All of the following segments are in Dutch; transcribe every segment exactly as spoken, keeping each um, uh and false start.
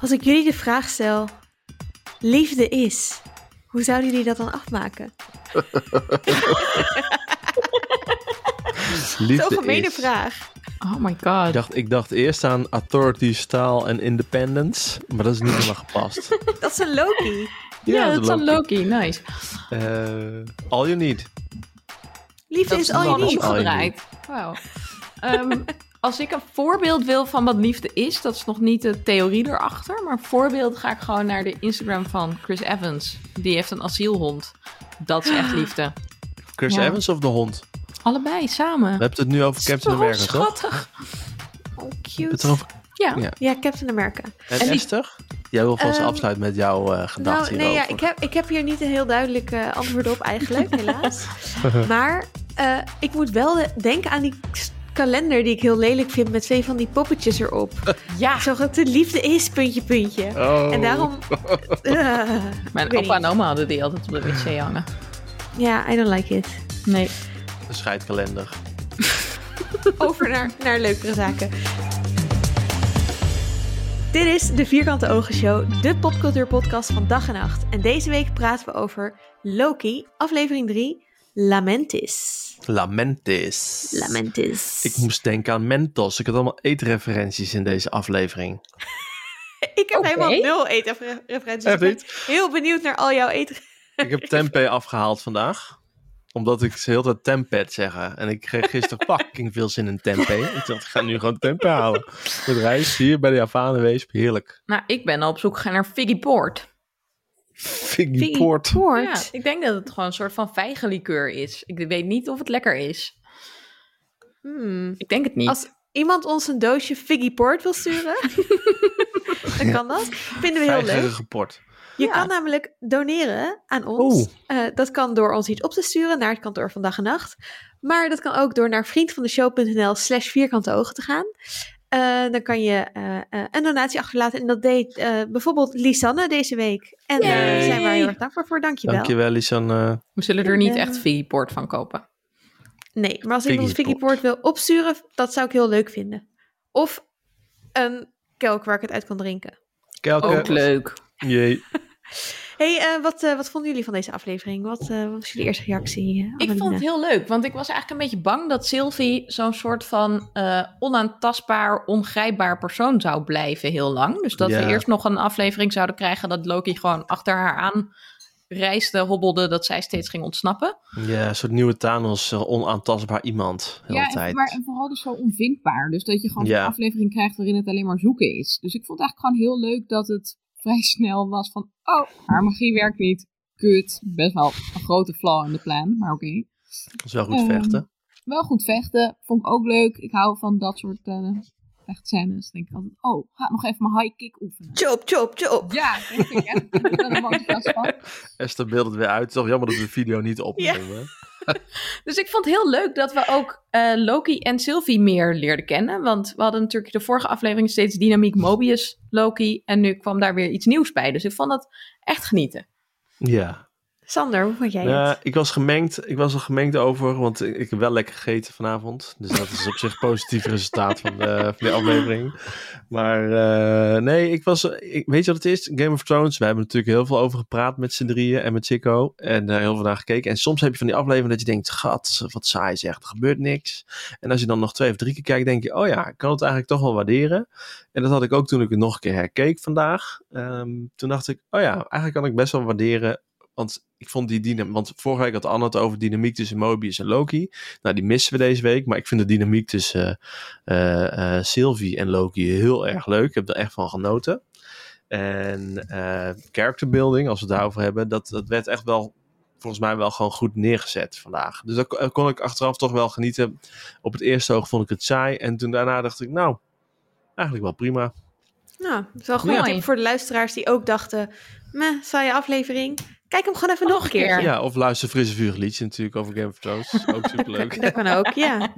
Als ik jullie de vraag stel, liefde is, hoe zouden jullie dat dan afmaken? Liefde Zo'n gemene is. vraag. Oh my god. Ik dacht, ik dacht eerst aan authority, style en independence, maar dat is niet helemaal gepast. Dat is een Loki. Ja, dat is een Loki. Loki. Nice. Uh, all you need. Liefde Dat is is al je gewoon niet. omgedraaid. Wauw. Um, als ik een voorbeeld wil van wat liefde is, dat is nog niet de theorie erachter, maar voorbeeld ga ik gewoon naar de Instagram van Chris Evans. Die heeft een asielhond. Dat is echt liefde. Chris Ja. Evans of de hond? Allebei, samen. We hebben het nu over Captain Zo America, toch? schattig. Oh, Het cute. erover... Ja. Ja. Ja, Captain America. En, En die- Esther? Jij wil vast Um, afsluiten met jouw uh, gedachten Nou, nee, hierover. ja, ik, heb, ik heb hier niet een heel duidelijk uh, antwoord op eigenlijk, helaas. Maar uh, ik moet wel de- denken aan die k- kalender die ik heel lelijk vind met twee van die poppetjes erop. Ja. Zo dat de liefde is, puntje, puntje. Oh. En daarom... Uh, Mijn weet opa niet. en oma hadden die altijd op de wc hangen. Ja, I don't like it. Nee. Een scheidkalender. Over naar, naar leukere zaken. Dit is de Vierkante Ogen Show, de popcultuurpodcast van dag en nacht. En deze week praten we over Loki, aflevering drie, Lamentis. Lamentis. Lamentis. Ik moest denken aan Mentos. Ik had allemaal eetreferenties in deze aflevering. Ik heb Oké. helemaal nul eetreferenties. Echt Ik ben niet? heel benieuwd naar al jouw eetreferenties. Ik heb tempeh afgehaald vandaag. Omdat ik heel tijd tempeh zeggen. En ik kreeg gisteren fucking veel zin in tempeh. Ik dacht, ik ga nu gewoon tempeh halen. Met rijst hier bij de Javaanenweesp. Heerlijk. Nou, ik ben al op zoek gegaan naar Figgy Port. Figgy Port. Ja, ik denk dat het gewoon een soort van vijgenlikeur is. Ik weet niet of het lekker is. Hmm. Ik denk het niet. Als iemand ons een doosje Figgy Port wil sturen, dan kan dat. Vinden we heel leuk. Vijgerige port. Je Ja. kan namelijk doneren aan ons. Oeh. Uh, dat kan door ons iets op te sturen naar het kantoor van Dag en Nacht. Maar dat kan ook door naar vriendvandeshow.nl slash vierkante ogen te gaan. Uh, dan kan je uh, uh, een donatie achterlaten. En dat deed uh, bijvoorbeeld Lisanne deze week. En daar Yay. uh, zijn we heel erg dankbaar voor. Dankjewel. Dankjewel, Lisanne. We zullen er niet En, echt Figgy Port van kopen. Nee, maar als Figgy iemand Figgy Port. Port wil opsturen, dat zou ik heel leuk vinden. Of een kelk waar ik het uit kan drinken. Kelke. Ook leuk. Jee. Hey, uh, wat, uh, wat vonden jullie van deze aflevering? Wat, uh, wat was jullie eerste reactie? Uh, Ik Annalena? vond het heel leuk, want ik was eigenlijk een beetje bang dat Sylvie zo'n soort van uh, onaantastbaar, ongrijpbaar persoon zou blijven heel lang. Dus dat Ja. we eerst nog een aflevering zouden krijgen dat Loki gewoon achter haar aan reisde, hobbelde, dat zij steeds ging ontsnappen. Ja, een soort nieuwe Thanos. uh, Onaantastbaar iemand. De hele Ja, tijd. en, maar en vooral dus zo onvindbaar. Dus dat je gewoon Ja. een aflevering krijgt waarin het alleen maar zoeken is. Dus ik vond het eigenlijk gewoon heel leuk dat het vrij snel was van... Oh, haar magie werkt niet. Kut. Best wel een grote flaw in de plan, maar oké. Okay. Dat is wel goed Ehm, vechten. Wel goed vechten. Vond ik ook leuk. Ik hou van dat soort uh, vechtscènes. Denk ik altijd, oh, ga nog even mijn high kick oefenen. Chop, chop, chop. Ja, dat vind ik echt. Ik ben er enthousiast van. Esther beeldt het weer uit. Het is toch jammer dat we de video niet opnemen. Dus ik vond het heel leuk dat we ook uh, Loki en Sylvie meer leerden kennen. Want we hadden natuurlijk de vorige aflevering steeds Dynamiek Mobius Loki. En nu kwam daar weer iets nieuws bij. Dus ik vond dat echt genieten. Ja. Sander, hoe vond jij Ja, het? ik was gemengd. Ik was er gemengd over, want ik, ik heb wel lekker gegeten vanavond. Dus dat is op zich een positief resultaat van de, van de aflevering. Maar uh, nee, ik was... Ik, weet je wat het is? Game of Thrones. We hebben natuurlijk heel veel over gepraat met z'n drieën en met Chico. En uh, heel veel naar gekeken. En soms heb je van die aflevering dat je denkt... Gat, wat saai zeg, er gebeurt niks. En als je dan nog twee of drie keer kijkt, denk je... Oh ja, ik kan het eigenlijk toch wel waarderen. En dat had ik ook toen ik het nog een keer herkeek vandaag. Um, toen dacht ik, oh ja, eigenlijk kan ik best wel waarderen... Want ik vond die dynamiek... Want vorige week had Anne het over dynamiek tussen Mobius en Loki. Nou, die missen we deze week. Maar ik vind de dynamiek tussen uh, uh, Sylvie en Loki heel erg leuk. Ik heb er echt van genoten. En uh, character building, als we het daarover hebben... Dat, dat werd echt wel... Volgens mij wel gewoon goed neergezet vandaag. Dus dat kon ik achteraf toch wel genieten. Op het eerste oog vond ik het saai. En toen daarna dacht ik, nou... Eigenlijk wel prima. Nou, dat is wel een goede Ja. tip voor de luisteraars die ook dachten... Meh, saaie aflevering. Kijk hem gewoon even nog een keer. Ja. Ja, of luister Frisse Vuur liedje natuurlijk over Game of Thrones. Ook superleuk. Dat kan ook, ja.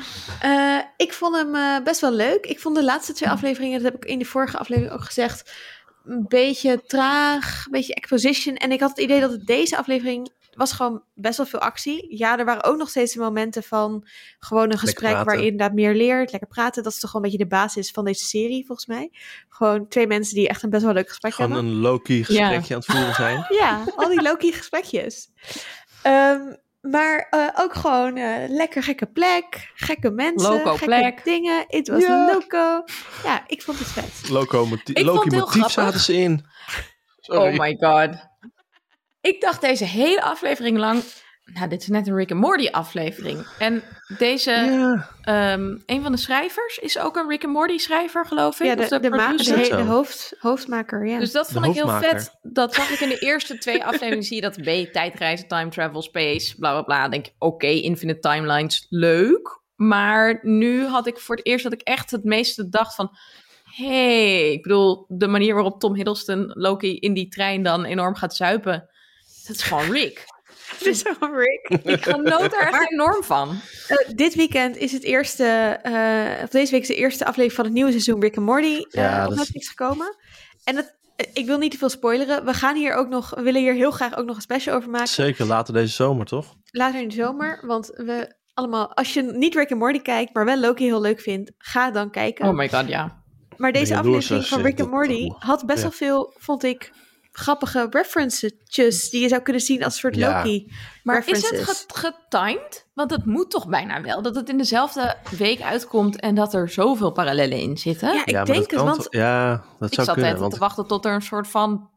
Uh, ik vond hem uh, best wel leuk. Ik vond de laatste twee afleveringen, dat heb ik in de vorige aflevering ook gezegd... een beetje traag, een beetje exposition. En ik had het idee dat het deze aflevering was gewoon best wel veel actie. Ja, er waren ook nog steeds momenten van gewoon een gesprek praten. waar je inderdaad meer leert. Lekker praten, dat is toch gewoon een beetje de basis van deze serie, volgens mij. Gewoon twee mensen die echt een best wel leuk gesprek Gewoon hebben. een low-key gesprekje Ja. aan het voeren zijn. Ja, al die Loki gesprekjes. Um, maar uh, ook gewoon uh, lekker gekke plek, gekke mensen, Loco gekke plek. dingen. Het was Ja. loco. Ja, ik vond het vet. Locomotief, Ik vond het heel locomotief grappig. zaten ze in. Sorry. Oh my god. Ik dacht deze hele aflevering lang... Nou, dit is net een Rick and Morty aflevering. En deze... Ja. Um, een van de schrijvers is ook een Rick and Morty schrijver, geloof ik. Ja, Of de, de, ma- de, producer. Is he- dat de zo? hoofd, hoofdmaker, ja. Dus dat De vond ik heel hoofdmaker. vet. Dat zag ik in de eerste twee afleveringen. Zie je dat B, tijdreizen, time travel, space, bla bla bla. Denk ik, oké, okay, infinite timelines, leuk. Maar nu had ik voor het eerst dat ik echt het meeste dacht van... hey, ik bedoel, de manier waarop Tom Hiddleston Loki in die trein dan enorm gaat zuipen. Dat is gewoon Rick. Het is zo Rick. Ik genoot daar echt enorm van. Uh, dit weekend is het eerste, uh, of deze week is de eerste aflevering van het nieuwe seizoen Rick and Morty uh, Ja, op dat is- Netflix gekomen. En dat, uh, ik wil niet te veel spoileren. We gaan hier ook nog, we willen hier heel graag ook nog een special over maken. Zeker, later deze zomer, toch? Later in de zomer, want we allemaal, als je niet Rick and Morty kijkt, maar wel Loki heel leuk vindt, ga dan kijken. Oh my god, ja. maar deze ben jaloers aflevering als van je Rick and dat Morty doet. had best Ja. wel veel, vond ik, grappige references die je zou kunnen zien als een soort Ja. Loki. Maar is references. het ge- getimed? Want het moet toch bijna wel. Dat het in dezelfde week uitkomt en dat er zoveel parallellen in zitten. Ja, ik ja, maar denk dat het, kan want toch- Ja, dat ik zou zat kunnen. net Want te wachten tot er een soort van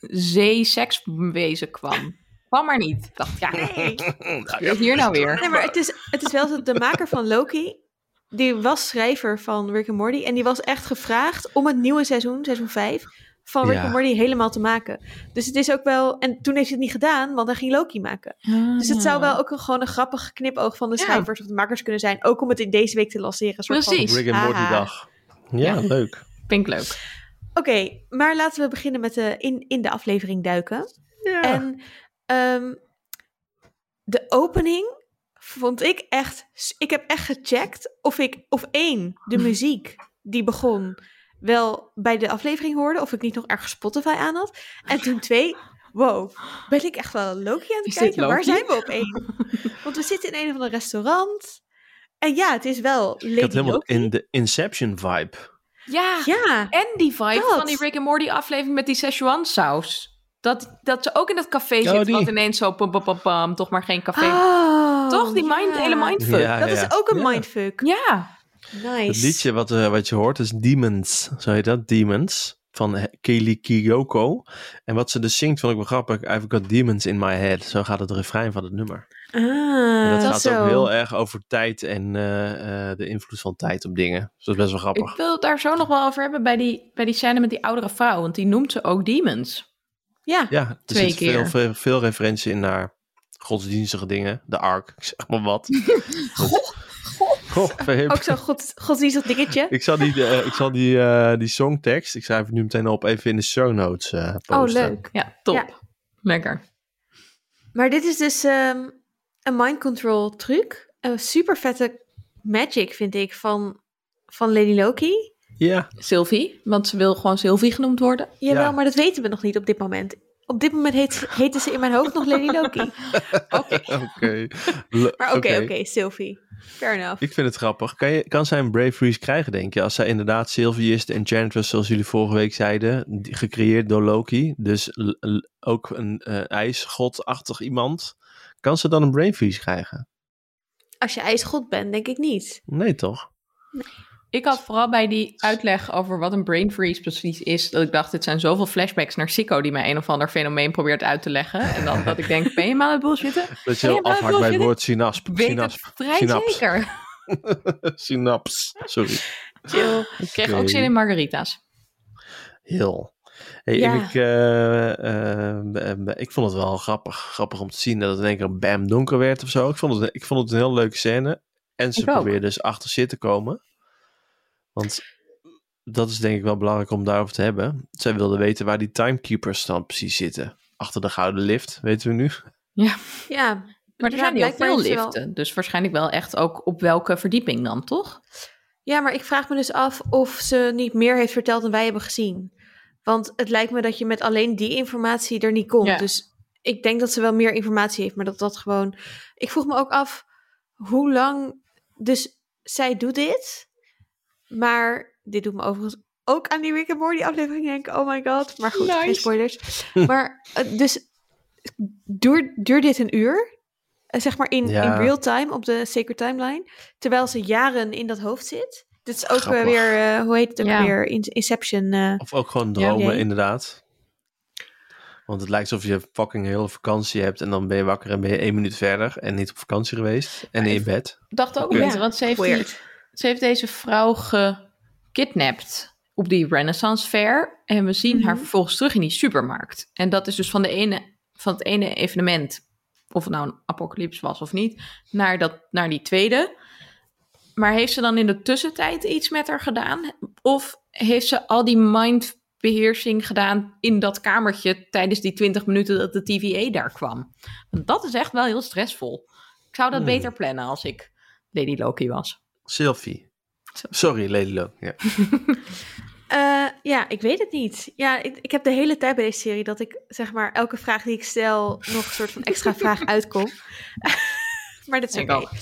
zee-sekswezen kwam. Kwam maar niet. Ik dacht, ja, nee. Wat is hier nou weer? Nee, maar het is, het is wel zo, de maker van Loki, die was schrijver van Rick and Morty. En die was echt gevraagd om het nieuwe seizoen, seizoen vijf, van Rick Ja. and Morty helemaal te maken. Dus het is ook wel... En toen heeft hij het niet gedaan, want hij ging Loki maken. Dus het zou wel ook een, gewoon een grappig knipoog van de Ja. schrijvers of de makers kunnen zijn. Ook om het in deze week te lanceren. Een soort van- Precies. Rick and Morty haha. dag. Ja, Ja. leuk. Vind ik leuk. Oké, maar laten we beginnen met de, in, in de aflevering duiken. Ja. En um, de opening vond ik echt... Ik heb echt gecheckt of ik... Of één, de muziek die begon wel bij de aflevering hoorde. Of ik niet nog ergens Spotify aan had. En toen twee... Wow, ben ik echt wel Loki aan het Is dit kijken? Waar Loki? zijn we op één? Want we zitten in een of ander restaurant. En ja, het is wel Lady Ik had helemaal Loki. in de Inception vibe. Ja, Ja, en die vibe Dat. van die Rick and Morty aflevering met die Szechuan saus. Dat, dat ze ook in dat café Oh, zitten, die. wat ineens zo pam, pam, pam, pam, toch maar geen café. oh, toch? Die mind, ja. hele mindfuck. Ja, Dat ja. is ook een Ja. mindfuck. Ja. Nice. Het liedje wat, uh, wat je hoort is Demons. Zo heet dat, Demons. Van He- Kelly Kiyoko. En wat ze dus zingt, vond ik wel grappig. I've got demons in my head. Zo gaat het refrein van het nummer. Ah, En dat gaat zo. ook heel erg over tijd en uh, uh, de invloed van tijd op dingen. Dus dat is best wel grappig. Ik wil het daar zo nog wel over hebben bij die, bij die scène met die oudere vrouw. Want die noemt ze ook demons. Ja, Ja, er Twee zit veel, keer. veel, veel referentie in naar godsdienstige dingen. De ark, ik zeg maar wat. Goh, verhip. ook zo'n god, godsdienstig dingetje. Ik zal die, uh, ik zal die, uh, die songtekst, ik schrijf het nu meteen op, even in de show notes uh, posten. Oh, leuk. Ja, top. Ja. Lekker. Maar dit is dus um, een mind control truc. Een super vette magic, vind ik, van, van Lady Loki. Ja, Sylvie, want ze wil gewoon Sylvie genoemd worden. Jawel, Ja. maar dat weten we nog niet op dit moment. Op dit moment heet, heten ze in mijn hoofd nog Lady Loki. oké. Okay. Maar oké, oké, Sylvie. Fair enough. Ik vind het grappig. Kan, je, kan zij een Brave Freeze krijgen, denk je? Als zij inderdaad Sylvie is, de Enchantress, zoals jullie vorige week zeiden, die- gecreëerd door Loki. Dus l- l- ook een uh, ijsgodachtig iemand. Kan ze dan een Brave Freeze krijgen? Als je ijsgod bent, denk ik niet. Nee, toch? Ik had vooral bij die uitleg over wat een brain freeze precies is, dat ik dacht, dit zijn zoveel flashbacks naar Sicko die mij een of ander fenomeen probeert uit te leggen. En dan dat ik denk, ben je maar aan het bullshitten? Dat je Ja, heel maar afhaakt bij het bullshit. woord synaps. Ik weet Synaps. het vrij Synaps. zeker. Synaps. Sorry. Chill. Ik kreeg Oké. ook zin in margarita's. Heel. Hey, Ja. en ik, uh, uh, ik vond het wel grappig, grappig om te zien dat het in één keer bam donker werd of zo. Ik vond het, ik vond het een heel leuke scène. En ze Ik ook. probeerden dus achter shit te komen. Want dat is denk ik wel belangrijk om daarover te hebben. Zij wilden weten waar die timekeepers dan precies zitten. Achter de gouden lift, weten we nu. Ja, Ja, maar er Ja, zijn heel blijkbaar veel is er wel- liften. Dus waarschijnlijk wel echt ook op welke verdieping dan, toch? Ja, maar ik vraag me dus af of ze niet meer heeft verteld dan wij hebben gezien. Want het lijkt me dat je met alleen die informatie er niet komt. Ja. Dus ik denk dat ze wel meer informatie heeft, maar dat dat gewoon... Ik vroeg me ook af, hoe lang... Dus zij doet dit, maar dit doet me overigens ook aan die Rick and Morty aflevering denken. Oh my god, maar goed, Nice. geen spoilers. Maar uh, dus duurt duur dit een uur? Uh, zeg maar in, Ja. in real time op de Sacred Timeline, terwijl ze jaren in dat hoofd zit. Dit is ook uh, Grappig. weer, uh, hoe heet het ook Ja. weer? In- Inception. Uh, Of ook gewoon dromen, Ja. inderdaad. Want het lijkt alsof je fucking hele vakantie hebt en dan ben je wakker en ben je één minuut verder en niet op vakantie geweest en in je bed. Ik dacht ook Ja. een beetje, want ze heeft, die, weird. ze heeft deze vrouw gekidnapt op die Renaissance Fair. En we zien haar Mhm. vervolgens terug in die supermarkt. En dat is dus van, de ene, van het ene evenement, of het nou een apocalyps was of niet, naar, dat, naar die tweede. Maar heeft ze dan in de tussentijd iets met haar gedaan? Of heeft ze al die mindbeheersing gedaan in dat kamertje tijdens die twintig minuten dat de T V A daar kwam? Want dat is echt wel heel stressvol. Ik zou dat Hmm. beter plannen als ik Lady Loki was. Sylvie. Sorry, Lady Lo. Ja. Uh, ja, ik weet het niet. Ja, ik, ik heb de hele tijd bij deze serie dat ik, zeg maar, elke vraag die ik stel nog een soort van extra vraag uitkom. Maar dat is Ik oké. ook.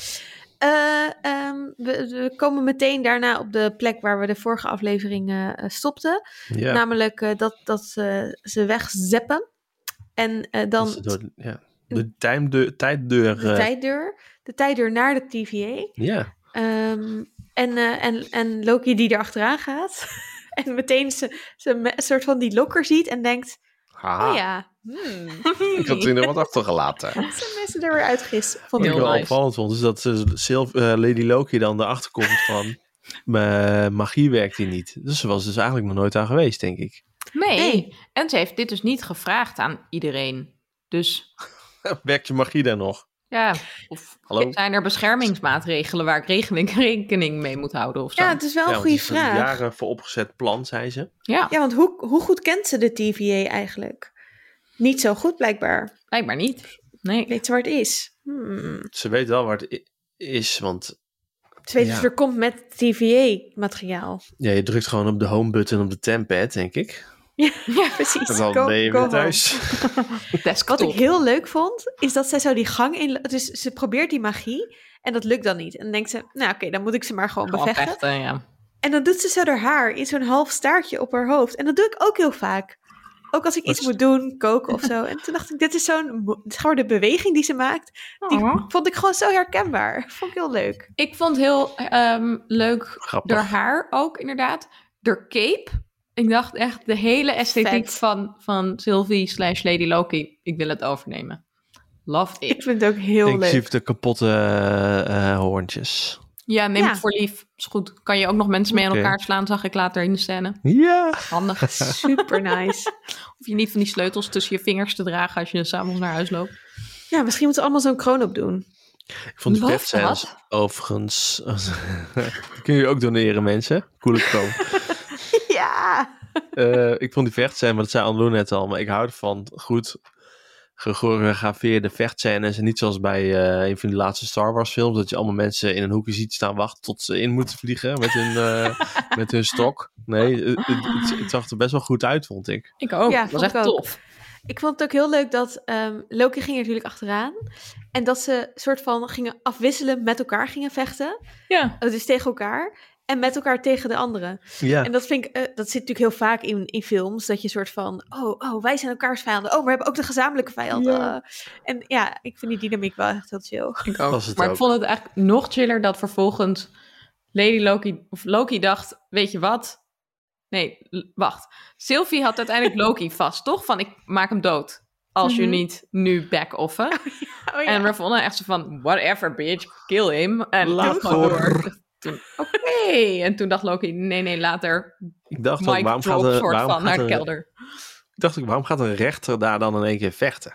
Uh, um, we, we komen meteen daarna op de plek waar we de vorige aflevering uh, stopten. Ja. Namelijk uh, dat, dat uh, ze wegzeppen. En uh, dan Dat is door, ja. De tijddeur. tijddeur de uh, tijddeur. De tijddeur naar de T V A. ja. Um, en, uh, en, en Loki die erachteraan gaat. En meteen ze, ze me, een soort van die lokker ziet en denkt... Haha. Oh ja, hmm. Ik had er nog wat achtergelaten. Zijn mensen er weer uitgis. Vond Wat ik ik Heel wel nice. opvallend vond, is dat ze Sylv- uh, Lady Loki dan erachter komt van... Mijn magie werkt hier niet. Dus ze was dus eigenlijk nog nooit aan geweest, denk ik. Nee. Nee. En ze heeft dit dus niet gevraagd aan iedereen. Dus Werkt je magie dan nog? ja, of Hallo? zijn er beschermingsmaatregelen waar ik rekening, rekening mee moet houden of zo? Ja, het is wel een Ja, want goede het is een vraag. jaren voor opgezet plan, zei ze. Ja, Ja, want hoe, hoe goed kent ze de T V A eigenlijk? Niet zo goed blijkbaar. blijkbaar niet. Nee. Weet ze waar het is? Hmm. Ze weet wel waar het i- is, want Ze weet Ja. of er komt met T V A-materiaal. ja, je drukt gewoon op de home button op de tempad, denk ik. Ja, precies. En dan Go- ben je go weer home. thuis. Desktop. Wat ik heel leuk vond, is dat zij zo die gang in... Dus ze probeert die magie en dat lukt dan niet. En dan denkt ze, nou oké, dan moet ik ze maar gewoon Gewoon bevechten. vechten, ja. En dan doet ze zo haar haar in zo'n half staartje op haar hoofd. En dat doe ik ook heel vaak. Ook als ik iets Wat- moet doen, koken of zo. En toen dacht ik, dit is zo'n... mo- het is gewoon de beweging die ze maakt. Die Oh. vond ik gewoon zo herkenbaar. Vond ik heel leuk. Ik vond heel ehm, leuk Grappig. door haar ook, inderdaad. Door cape. Ik dacht echt, de hele esthetiek Vet. van, van Sylvie slash Lady Loki. Ik wil het overnemen. Love Ik it. vind het ook heel Inclusief leuk. de kapotte uh, uh, hoorntjes. Ja, neem Ja. het voor lief. Is goed. Kan je ook nog mensen mee aan Oké. elkaar slaan, zag ik later in de scène. Ja. Handig. Super nice. Hoef je niet van die sleutels tussen je vingers te dragen als je s'avonds naar huis loopt. Ja, misschien moeten we allemaal zo'n kroon opdoen. Ik vond die Wat? vechtscènes Wat? overigens... Die kun je ook doneren, mensen. Coole kroon. Ja. Uh, ik vond die vechtscènes, maar dat zei Anne net al, maar ik hou ervan goed gechoreografeerde vechtscènes en niet zoals bij uh, een van die laatste Star Wars films, dat je allemaal mensen in een hoekje ziet staan wachten tot ze in moeten vliegen met hun, uh, met hun stok. Nee, het, het, het, het zag er best wel goed uit, vond ik. Ik ook. Ja, dat was vond echt ik ook. tof. Ik vond het ook heel leuk dat um, Loki ging er natuurlijk achteraan. En dat ze soort van gingen afwisselen, met elkaar gingen vechten. Ja. Dus tegen elkaar. En met elkaar tegen de anderen. Ja. En dat vind ik, uh, dat zit natuurlijk heel vaak in, in films. Dat je soort van, oh, oh, wij zijn elkaars vijanden. Oh, maar we hebben ook de gezamenlijke vijand. Ja. Uh, en ja, ik vind die dynamiek wel echt heel chill. Ik ook. Was het maar ook. ik vond het eigenlijk nog chiller dat vervolgens Lady Loki, of Loki dacht, weet je wat? Nee, l- wacht. Sylvie had uiteindelijk Loki vast, toch? Van, ik maak hem dood. Als je Mhm. niet nu back-offen. Oh, ja. En we vonden echt zo van, whatever bitch, kill him. En Laat laat gewoon hoor. door. Toen, Oké. En toen dacht Loki, nee, nee, later. Ik dacht ook, Mike waarom gaat, drop er, soort waarom, van naar gaat de er, kelder. ik dacht ook, waarom gaat een rechter daar dan in één keer vechten?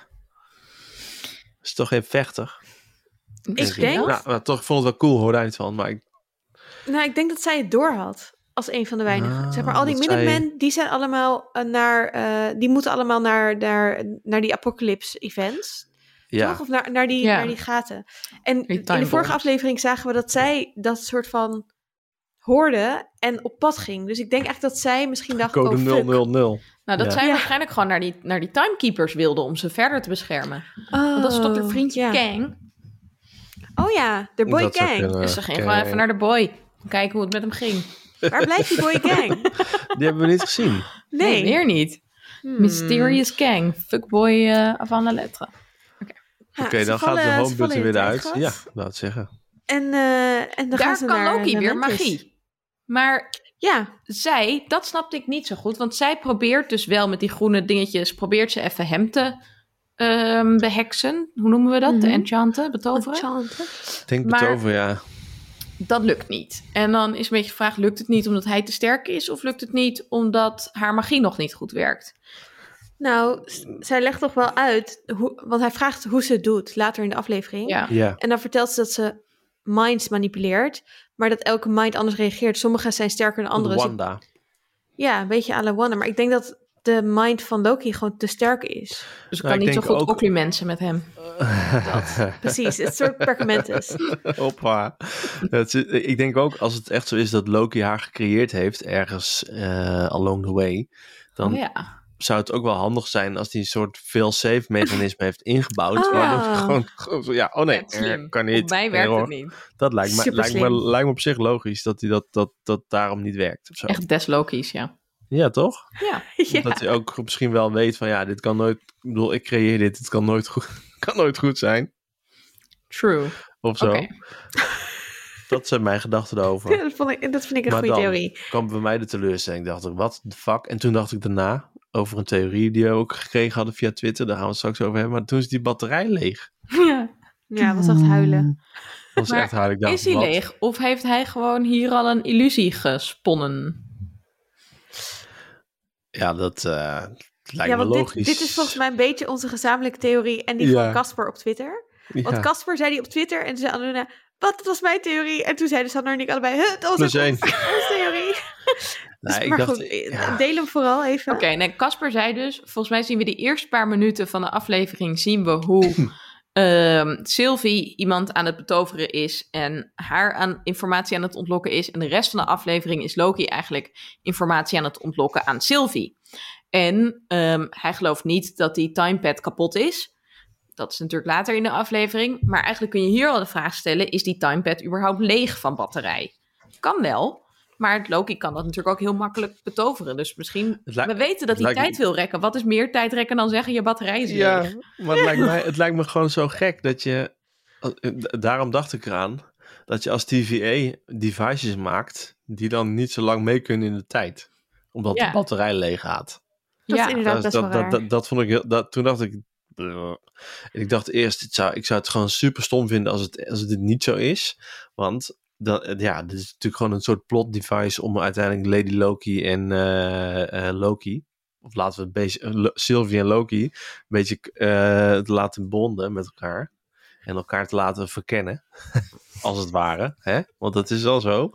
Is toch geen vechter? Ik denk- Nou, maar toch, ik vond het wel cool, hoor daar niet van. Maar ik, Nou, ik denk dat zij het door had. Als een van de weinigen. Ah, zeg maar, al die dat zij- Minutemen, die zijn allemaal uh, naar... Uh, die moeten allemaal naar, naar, naar die Apocalypse-events. ja, Toch? Of naar, naar, die, Ja. naar die gaten. En Die in time de vorige bombs. aflevering zagen we dat zij dat soort van hoorde en op pad ging. Dus ik denk eigenlijk dat zij misschien dacht... code oh, nul fuck. nul nul. Nou, dat Ja. zij Ja. waarschijnlijk gewoon naar die, naar die timekeepers wilden om ze verder te beschermen. Oh, Want dat is toch haar vriendje ja. Kang? Oh ja, de boy Dat zou gang. kunnen. Dus ze ging Kang. gewoon even naar de boy. Kijken hoe het met hem ging. Waar blijft die boy gang? Die hebben we niet gezien. Nee. weer niet. Hmm. Mysterious Kang. Fuckboy uh, avant la lettre. Ja, Oké, ze dan vallen- gaat de ze homebutton vallen in weer het eruit. tijdgat. Ja, laat het zeggen. En, eh, en dan gaan Daar ze kan naar Loki weer Lamentis. magie. Maar Ja, zij, dat snapte ik niet zo goed. Want zij probeert dus wel met die groene dingetjes... probeert ze even hem te ehm, beheksen. Hoe noemen we dat? Mhm. Te enchanten, betoveren? enchanten. Ik denk Maar- betover, ja. Dat lukt niet. En dan is een beetje de vraag... lukt het niet omdat hij te sterk is... of lukt het niet omdat haar magie nog niet goed werkt? Nou, s- zij legt toch wel uit, hoe, want hij vraagt hoe ze het doet later in de aflevering. Ja. Ja, En dan vertelt ze dat ze minds manipuleert, maar dat elke mind anders reageert. Sommige zijn sterker dan andere. Dus ik- Wanda. ja, een beetje à la Wanda. Maar ik denk dat de mind van Loki gewoon te sterk is. Dus ik Nou, kan ik niet zo denk goed ook- occlumensen met hem. Precies, het soort perkamentus. Hoppa. Dat is- ik denk ook, als het echt zo is dat Loki haar gecreëerd heeft, ergens eh, along the way, dan Oh ja. zou het ook wel handig zijn als hij een soort fail-safe mechanisme heeft ingebouwd. Ah. Waardoor het gewoon, gewoon zo, ja, oh nee, Echt slim. eh, kan niet. Op mij werkt Error. het niet. Dat lijkt me, lijkt, me, Superslim. lijkt me op zich logisch dat hij dat, dat, dat daarom niet werkt. Of zo. Echt des Loki's, ja. Ja, toch? Ja. Ja. Dat hij ook misschien wel weet van ja, dit kan nooit, ik bedoel, ik creëer dit, het kan nooit goed, kan nooit goed zijn. True. Of zo. Oké. Dat zijn mijn gedachten erover. dat, vond ik, dat vind ik een Maar goede dan theorie. kwam bij mij de teleurstelling. Dacht ik, wat de fuck? En toen dacht ik daarna over een theorie die we ook gekregen hadden via Twitter. Daar gaan we het straks over hebben. Maar toen is die batterij leeg. Ja. Ja, was echt huilen. Dat was Maar echt huidelijk. Ik dacht, Is hij wat? leeg? Of heeft hij gewoon hier al een illusie gesponnen? Ja, dat eh, lijkt Ja, me want logisch. dit, dit is volgens mij een beetje onze gezamenlijke theorie en die Ja. van Casper op Twitter. Want Ja. Casper zei die op Twitter en toen zei Anuna, wat, dat was mijn theorie. En toen zeiden Sander en ik allebei, huh, dat was Plus ook één. ons- onze theorie. Nee, Dus- ik maar dacht, goed, eh, ja. deel hem vooral even. Oké, nee, Casper zei dus... Volgens mij zien we die eerste paar minuten van de aflevering... zien we hoe ehm, Sylvie iemand aan het betoveren is... en haar aan informatie aan het ontlokken is. En de rest van de aflevering is Loki eigenlijk... informatie aan het ontlokken aan Sylvie. En ehm, hij gelooft niet dat die timepad kapot is... Dat is natuurlijk later in de aflevering. Maar eigenlijk kun je hier al de vraag stellen... is die timepad überhaupt leeg van batterij? Kan wel, maar Loki kan dat natuurlijk ook heel makkelijk betoveren. Dus misschien... Het lijkt- we weten dat het hij lijkt- tijd wil rekken. Wat is meer tijd rekken dan zeggen... je batterij is Ja, leeg? maar het lijkt, mij, het lijkt me gewoon zo gek dat je... Daarom dacht ik eraan dat je als T V A devices maakt... die dan niet zo lang mee kunnen in de tijd. Omdat Ja. de batterij leeg gaat. Dat Ja, is inderdaad Dat, best dat, wel dat, raar. dat, dat vond ik heel... Dat, toen dacht ik... brrr. Ik dacht eerst, het zou, ik zou het gewoon super stom vinden als het, als het dit niet zo is. Want dan, ja, dit is natuurlijk gewoon een soort plot device om uiteindelijk Lady Loki en eh, eh, Loki, of laten we het beetje, eh, Lo- Sylvie en Loki, een beetje eh, te laten bonden met elkaar. En elkaar te laten verkennen, als het ware. Hè? Want dat is wel zo.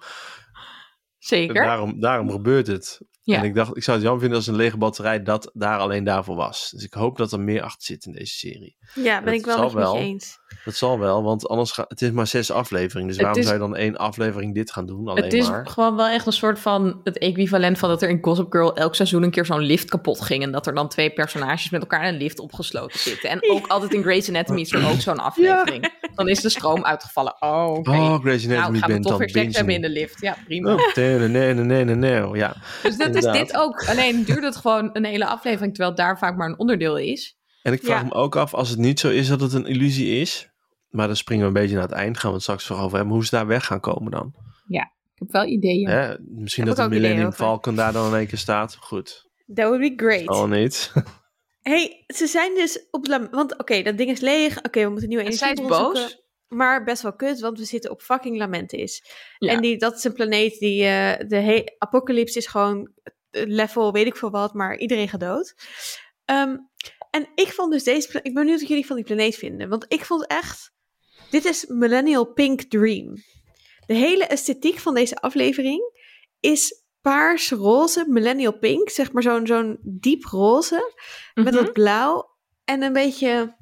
Zeker. Daarom, daarom gebeurt het. Ja. En ik dacht, ik zou het jammer vinden als een lege batterij dat daar alleen daarvoor was. Dus ik hoop dat er meer achter zit in deze serie. Ja, ben dat ik wel zal met je, met je wel. eens. Dat zal wel, want anders gaat het is maar zes afleveringen. Dus Het waarom is- zou je dan één aflevering dit gaan doen? Alleen Het is maar. gewoon wel echt een soort van het equivalent van dat er in Gossip Girl elk seizoen een keer zo'n lift kapot ging. En dat er dan twee personages met elkaar in een lift opgesloten zitten. En ook altijd in Grey's Anatomy is er ook zo'n aflevering. Dan is de stroom uitgevallen. Oh, oké. Oh, Grey's Nou, Anatomy gaan we bent toch dan weer seks hebben in bingen. de lift. Ja, prima. Oh, nee, nee, nee, nee, nee, nee. Ja. Dus dat is inderdaad. dit ook. Alleen duurt het gewoon een hele aflevering, terwijl het daar vaak maar een onderdeel is. En ik vraag Ja. me ook af, als het niet zo is dat het een illusie is. Maar dan springen we een beetje naar het eind. Gaan we het straks nog over hebben. Hoe ze daar weg gaan komen dan? Ik heb wel ideeën. Hè? Misschien Heb dat ik de ook ideeën Millennium over. Falcon daar dan in één keer staat. Goed. That would be great. Al niet. Hey, ze zijn dus op la- want oké, dat ding is leeg. Oké, we moeten nieuwe En zij energie is zoeken. boos. Maar best wel kut, want we zitten op fucking Lamentis. Ja. En die, dat is een planeet die... eh, de he- apocalypse is gewoon eh, level, weet ik veel wat, maar iedereen gaat dood. Ehm, en ik vond dus deze... pla- Ik ben benieuwd wat jullie van die planeet vinden. Want ik vond echt... Dit is Millennial Pink Dream. De hele esthetiek van deze aflevering is paars-roze, Millennial Pink. Zeg maar zo'n zo'n diep roze. Met Mhm. wat blauw. En een beetje...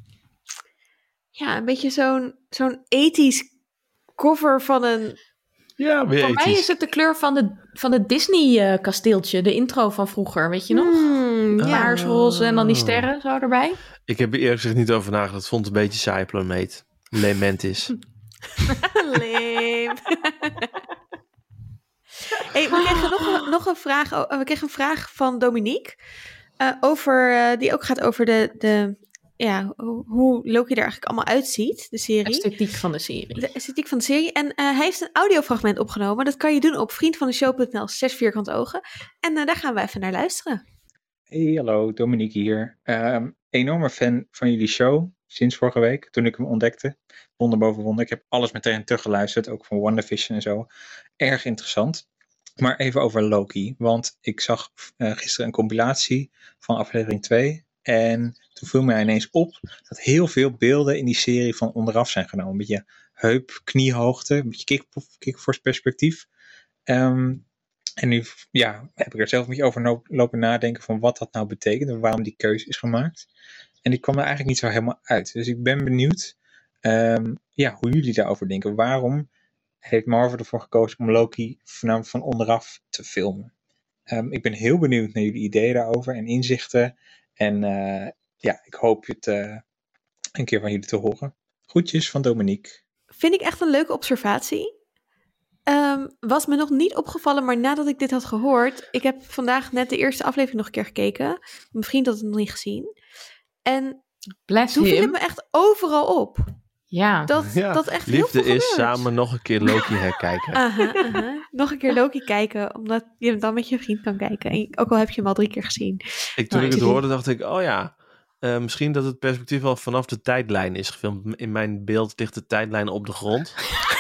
Ja, een beetje zo'n zo'n ethisch cover van een... Ja, weer Voor mij ethisch. is het de kleur van, de, van het Disney-kasteeltje, de intro van vroeger, weet je nog? Hmm, Mm, Ja. Paarsroze en dan die sterren zo erbij. Ik heb er eerlijk gezegd niet over nagedacht. Vond het een beetje saai planeet. Lementis. Leem. Hey, we kregen nog een, nog een vraag. oh, We kregen een vraag van Dominique. eh, over, eh, die ook gaat over de, de, ja, hoe, hoe Loki er eigenlijk allemaal uitziet, de serie. Esthetiek van de serie. De esthetiek van de serie. En eh, hij heeft een audiofragment opgenomen. Dat kan je doen op vriendvandeshow.nl slash vierkante ogen. En uh, daar gaan we even naar luisteren. Hey, hallo, Dominique hier. Um, enorme fan van jullie show sinds vorige week, toen ik hem ontdekte. Wonder boven wonder. Ik heb alles meteen teruggeluisterd, ook van WandaVision en zo. Erg interessant. Maar even over Loki, want ik zag uh, gisteren een compilatie van aflevering twee. En toen viel mij ineens op dat heel veel beelden in die serie van onderaf zijn genomen. Een beetje heup, kniehoogte, een beetje kick, kickforce perspectief. Um, En nu ja, heb ik er zelf een beetje over no- lopen nadenken van wat dat nou betekent en waarom die keuze is gemaakt. En die kwam er eigenlijk niet zo helemaal uit. Dus ik ben benieuwd um, ja, hoe jullie daarover denken. Waarom heeft Marvel ervoor gekozen om Loki van, van onderaf te filmen? Um, ik ben heel benieuwd naar jullie ideeën daarover en inzichten. En uh, ja, ik hoop het uh, een keer van jullie te horen. Groetjes van Dominique. Vind ik echt een leuke observatie. Um, was me nog niet opgevallen, maar nadat ik dit had gehoord... Ik heb vandaag net de eerste aflevering nog een keer gekeken. Mijn vriend had het nog niet gezien. En Bless toen viel him. het me echt overal op. Ja. Dat, Ja, dat echt liefde heel veel is gebeurt. samen nog een keer Loki herkijken. Aha, aha. Nog een keer Loki kijken, omdat je dan met je vriend kan kijken. En ook al heb je hem al drie keer gezien. Ik, toen Nou, ik het ik- hoorde, dacht ik, oh ja, uh, misschien dat het perspectief wel vanaf de tijdlijn is gefilmd. In mijn beeld ligt de tijdlijn op de grond.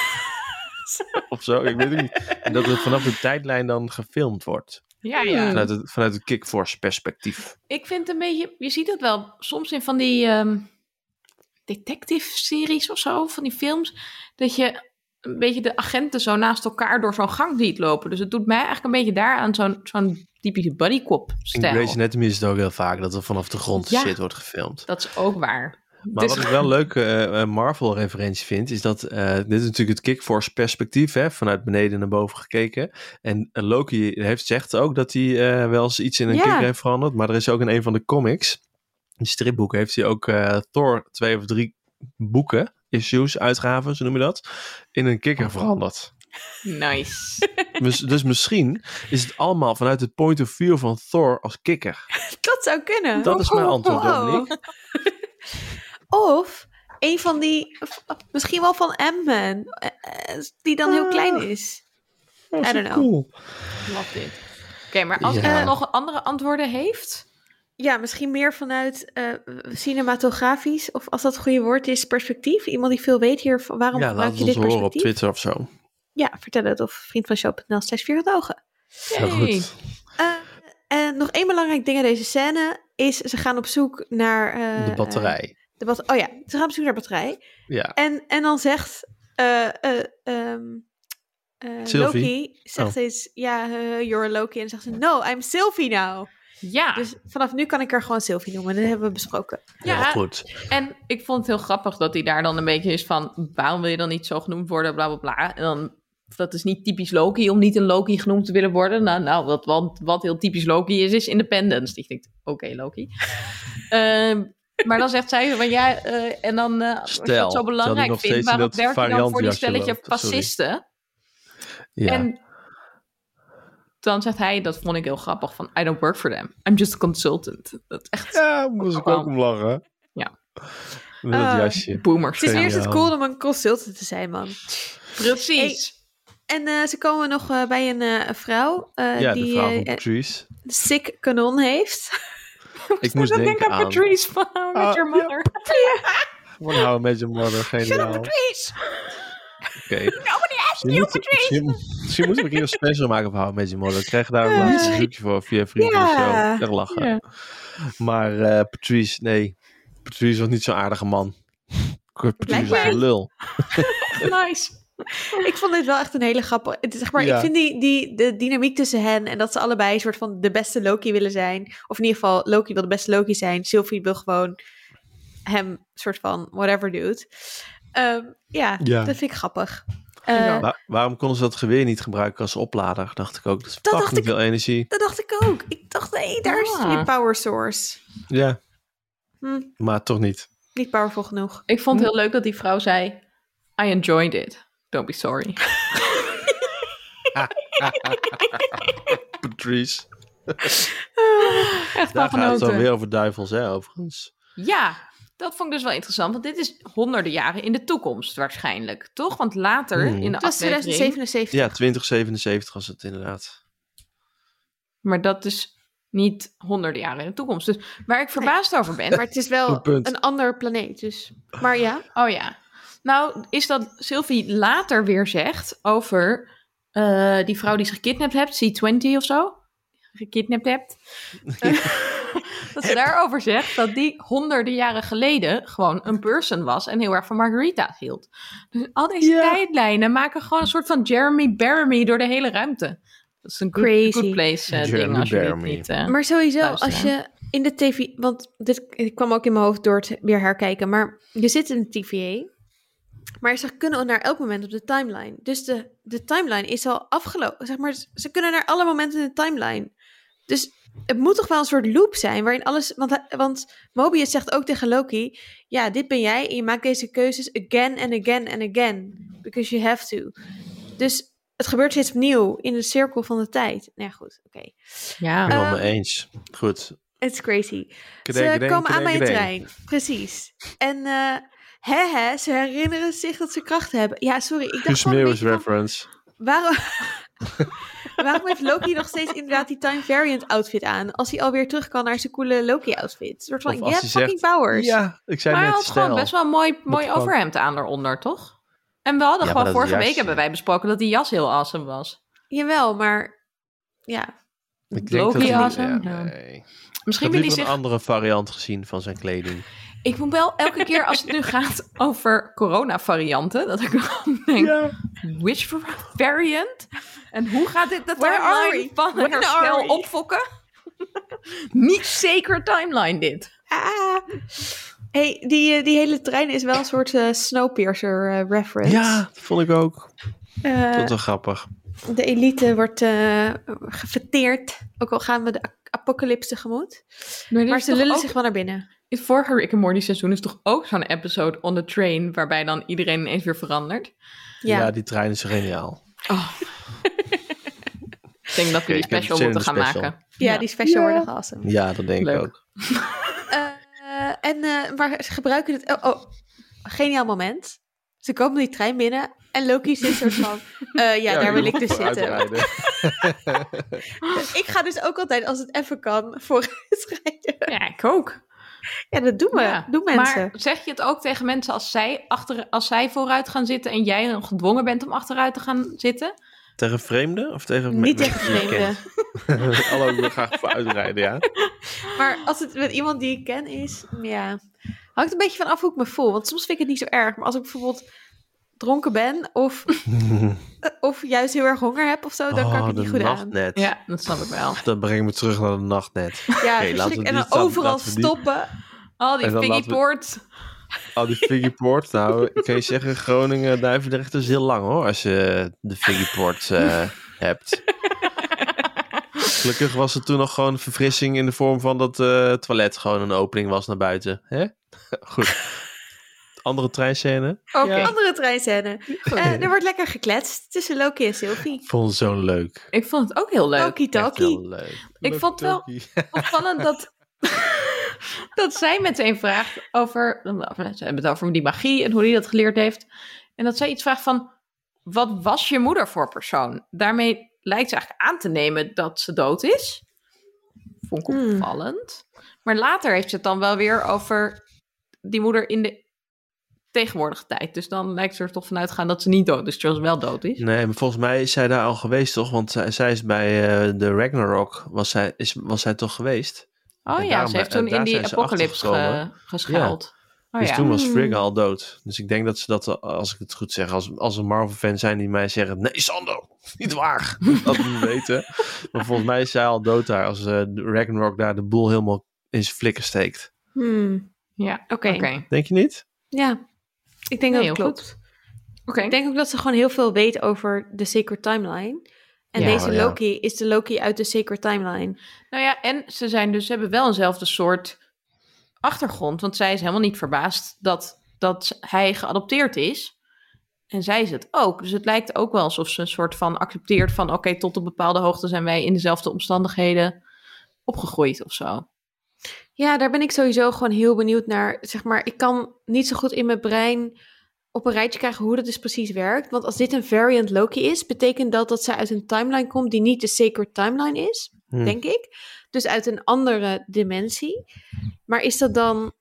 Of zo, ik weet het niet. En dat het vanaf de tijdlijn dan gefilmd wordt. Ja, ja. Vanuit het, vanuit het Kickforce perspectief. Ik vind een beetje, je ziet het wel soms in van die um, detective series of zo, van die films, dat je een beetje de agenten zo naast elkaar door zo'n gang ziet lopen. Dus het doet mij eigenlijk een beetje daar aan zo'n, zo'n typische buddy cop In stijl. Grey's Anatomy is het ook heel vaak dat er vanaf de grond Ja. shit wordt gefilmd. Dat is ook waar. Maar Dus- wat ik wel een leuke uh, Marvel-referentie vind, is dat uh, dit is natuurlijk het Kickforce perspectief, hè, vanuit beneden naar boven gekeken. En uh, Loki heeft, zegt ook dat hij uh, wel eens iets in een Ja. kikker heeft veranderd. Maar er is ook in een van de comics, die stripboeken, heeft hij ook uh, Thor twee of drie boeken, issues, uitgaven, zo noem je dat, in een kikker veranderd. Nice. dus, dus misschien is het allemaal vanuit het point of view van Thor als kikker. Dat zou kunnen. Dat is mijn antwoord, Wow. Dominique. Of een van die, of misschien wel van Ant-Man, eh, eh, die dan heel klein is. Oh, I don't know. Cool. Love dit. Oké, okay, maar als Ja. iemand nog andere antwoorden heeft... Ja, misschien meer vanuit uh, cinematografisch, of als dat het goede woord is, perspectief. Iemand die veel weet hier, waarom Ja, gebruik laat je het dit ons horen op perspectief? Twitter of zo. Ja, vertel het op vriendvanshow.nl slash vierkante ogen. Heel Yay. goed. Uh, en nog één belangrijk ding in deze scène is, ze gaan op zoek naar... Uh, De batterij. Uh, de bat- oh ja, ze gaan op zoek naar batterij. Ja. En, en dan zegt uh, uh, um, uh, Sylvie. Loki, zegt Oh. steeds, ja, uh, you're Loki. En dan zegt ze, no, I'm Sylvie now. Ja. Dus vanaf nu kan ik haar gewoon Sylvie noemen. Dat hebben we besproken. Ja. Heel goed. En ik vond het heel grappig dat hij daar dan een beetje is van... waarom wil je dan niet zo genoemd worden, bla bla bla. En dan, dat is niet typisch Loki om niet een Loki genoemd te willen worden. Nou, nou wat, wat, wat heel typisch Loki is, is Independence. Ik denk, oké, okay, Loki. uh, maar dan zegt zij van ja, uh, en dan uh, als je Stel, het zo belangrijk nog vindt, steeds in waarom dat werk je dan voor die variantjasje stelletje loopt. Sorry. fascisten? Ja. En dan zegt hij, dat vond ik heel grappig, van I don't work for them. I'm just a consultant. Dat is echt Ja, moest ik ook om lachen. Ja. Met dat Ah. jasje. boomers. Het is eerst het Geniaal. cool om een consultant te zijn, man. Precies. En uh, ze komen nog uh, bij een uh, vrouw uh, Ja, die de vrouw van uh, Patrice. een sick kanon heeft. Ik moest denk denken aan aan... Patrice van How I Met Ah, Your ja. Mother. Van How I Met Your Mother, geniaal. Oké. Please! Misschien, moet- misschien, misschien moeten we een keer een special maken van How I Met Your Mother. We krijgen daar een laatste zoekje voor via vrienden Ja. of zo. Echt lachen. Ja. Maar uh, Patrice, nee. Patrice was niet zo'n aardige man. Patrice was Blijkbaar. een lul. Nice. Ik vond dit wel echt een hele grappige... Het is, zeg maar, Ja. Ik vind die, die, de dynamiek tussen hen en dat ze allebei een soort van de beste Loki willen zijn. Of in ieder geval, Loki wil de beste Loki zijn. Sylvie wil gewoon hem soort van whatever doet. Um, ja, Ja. dat vind ik grappig. Uh, Ja. Waar, waarom konden ze dat geweer niet gebruiken als oplader? Dacht ik ook. Dat is Dat dacht fucking ik- veel energie. Dat dacht ik ook. Ik dacht, nee, daar is Ah. je power source. Ja, Hm, maar toch niet. niet powerful genoeg. Ik vond het heel leuk dat die vrouw zei... I enjoyed it. Don't be sorry. Patrice. Echt Daar van gaat het dan genoten. weer over duivels, hè, overigens. Ja, dat vond ik dus wel interessant. Want dit is honderden jaren in de toekomst waarschijnlijk. Toch? Want later Hmm. in de Het was aflevering... twintig zevenenzeventig. Ja, twintig zevenenzeventig was het inderdaad. Maar dat is niet honderden jaren in de toekomst. Dus waar ik verbaasd over ben... Maar het is wel Goed punt. een ander planeet. Dus. Maar ja. Oh ja. Nou, is dat Sylvie later weer zegt over eh, die vrouw die zich gekidnapt hebt, C twintig of zo, gekidnapt hebt. Dat ze daarover zegt dat die honderden jaren geleden gewoon een person was en heel erg van margarita hield. Dus al deze Ja. tijdlijnen maken gewoon een soort van Jeremy Bearimy door de hele ruimte. Dat is een good, Crazy. good place eh, Jeremy ding als je dit Bearimy. niet... eh, Maar sowieso, luisteren. als je in de tv... Want dit ik kwam ook in mijn hoofd door het weer herkijken. Maar je zit in de T V A. Maar ze kunnen naar elk moment op de timeline. Dus de, de timeline is al afgelopen. Zeg maar, ze kunnen naar alle momenten in de timeline. Dus het moet toch wel een soort loop zijn waarin alles... Want, hij- want Mobius zegt ook tegen Loki... Ja, dit ben jij en je maakt deze keuzes again and again and again. Because you have to. Dus het gebeurt steeds opnieuw in de cirkel van de tijd. Nou ja, goed, oké. ja. Ik ben Eh, het mee eens. Goed. It's crazy. Kedeng, Ze kedeng, komen aan bij kedeng, een kedeng. trein. Precies. En eh hè, hè, ze herinneren zich dat ze krachten hebben. Ja, sorry. Ik dacht Guus gewoon een Meeuwis beetje van, reference. waarom, waarom heeft Loki nog steeds inderdaad die time variant outfit aan? Als hij alweer terug kan naar zijn coole Loki outfit. Een soort van, Of je als hebt hij fucking zegt, powers. Ja, ik zei Maar hij net had gewoon stijl. best wel een mooi, mooi gewoon- overhemd aan eronder, toch? En we hadden Ja, maar gewoon, dat vorige jas- week hebben wij besproken dat die jas heel awesome was. Jawel, maar ja. Ik denk Loki dat hij- awesome? ja, Ja. nee. Ik Misschien heb wil hij liever zich... een andere variant gezien van zijn kleding. Ik moet wel elke keer als het nu gaat over corona-varianten, dat ik dan denk, which variant? En hoe gaat dit de Where are timeline we? van Where herstel are we? opfokken? Niet zeker timeline dit. Ah. Hey, die, eh, die hele trein is wel een soort eh, Snowpiercer eh, reference. Ja, dat vond ik ook. Eh, Dat was wel grappig. De elite wordt eh gefeteerd. Ook al gaan we de ap- apocalypse tegemoet. Maar ze lullen zich wel naar binnen. In het vorige Rick and Morty seizoen is toch ook zo'n episode on the train, waarbij dan iedereen ineens weer verandert. Ja, Ja, die trein is geniaal. Ik denk dat we Oké, die ik heb special zin in moeten de gaan special. maken. ja, die special worden awesome. Ja, dat denk Leuk. ik ook. Eh, en eh, maar ze gebruiken het... Oh, oh, geniaal moment. Ze komen die trein binnen en Loki zit soort van... eh, ja, daar wil ik dus zitten. Uitrijden. Ik ga dus ook altijd, als het even kan, vooruit rijden. Ja, ik ook. Ja, dat doen we. Ja, Doen mensen. Maar zeg je het ook tegen mensen als zij, achter, als zij vooruit gaan zitten en jij dan gedwongen bent om achteruit te gaan zitten? Tegen vreemden? Of tegen Niet me- tegen mensen die je vreemden. kent? Hallo, ik wil graag vooruitrijden, ja. Maar als het met iemand die ik ken is, ja, hangt een beetje van af hoe ik me voel. Want soms vind ik het niet zo erg. Maar als ik bijvoorbeeld dronken ben of, of juist heel erg honger heb of zo, dan kan ik het de niet goed aan. nachtnet. Ja, dat snap ik wel. Dan breng ik me terug naar de nachtnet. Ja, Oké, laten we verschrik- en die dan stap- overal laten we die- stoppen. Al die En dan Figgy laten we- Poort. Al die Figgy Port. Nou, ik kan je zeggen, Groningen, Duivendrecht is heel lang hoor, als je de Figgy Port eh, hebt. Gelukkig was er toen nog gewoon verfrissing in de vorm van dat eh toilet gewoon een opening was naar buiten. Hè? Goed. Andere treinscène. Oké. Ja. Andere treinscène. Eh, er wordt lekker gekletst tussen Loki en Sylvie. Ik vond het zo leuk. Ik vond het ook heel leuk. Loki Echt talkie. heel leuk. Ik vond wel- Loki. Opvallend dat, dat zij meteen vraagt over... Ze hebben het over die magie en hoe hij dat geleerd heeft. En dat zij iets vraagt van... Wat was je moeder voor persoon? Daarmee lijkt ze eigenlijk aan te nemen dat ze dood is. Vond ik Hmm. opvallend. Maar later heeft ze het dan wel weer over die moeder in de tegenwoordige tijd. Dus dan lijkt ze er toch vanuit gaan dat ze niet dood is, terwijl ze wel dood is. Nee, maar volgens mij is zij daar al geweest toch? Want zij, zij is bij eh, de Ragnarok, was zij, is, was zij toch geweest? Oh En ja, daarom- ze heeft en toen in daar die zijn ze apocalypse achtergekomen. ge, geschuild. Oh dus ja. toen was Hmm. Frigga al dood. Dus ik denk dat ze dat, als ik het goed zeg, als, als een Marvel-fan zijn die mij zeggen, nee Sander, niet waar. Dat niet weten. Maar volgens mij is zij al dood daar, als uh, Ragnarok daar de boel helemaal in zijn flikken steekt. Hmm. Ja, Oké. oké. Denk je niet? Ja, ik denk Nee, dat het heel klopt. Oké. Ik denk ook dat ze gewoon heel veel weet over de Sacred Timeline. En Ja, deze ja. Loki is de Loki uit de Sacred Timeline. Nou ja, en ze zijn dus, ze hebben wel eenzelfde soort achtergrond. Want zij is helemaal niet verbaasd dat, dat hij geadopteerd is. En zij is het ook. Dus het lijkt ook wel alsof ze een soort van accepteert van... oké, okay, tot op bepaalde hoogte zijn wij in dezelfde omstandigheden opgegroeid of zo. Ja, daar ben ik sowieso gewoon heel benieuwd naar. Zeg maar, ik kan niet zo goed in mijn brein op een rijtje krijgen hoe dat dus precies werkt. Want als dit een variant Loki is, betekent dat dat zij uit een timeline komt die niet de Sacred Timeline is, Hm. denk ik. Dus uit een andere dimensie. Maar is dat dan...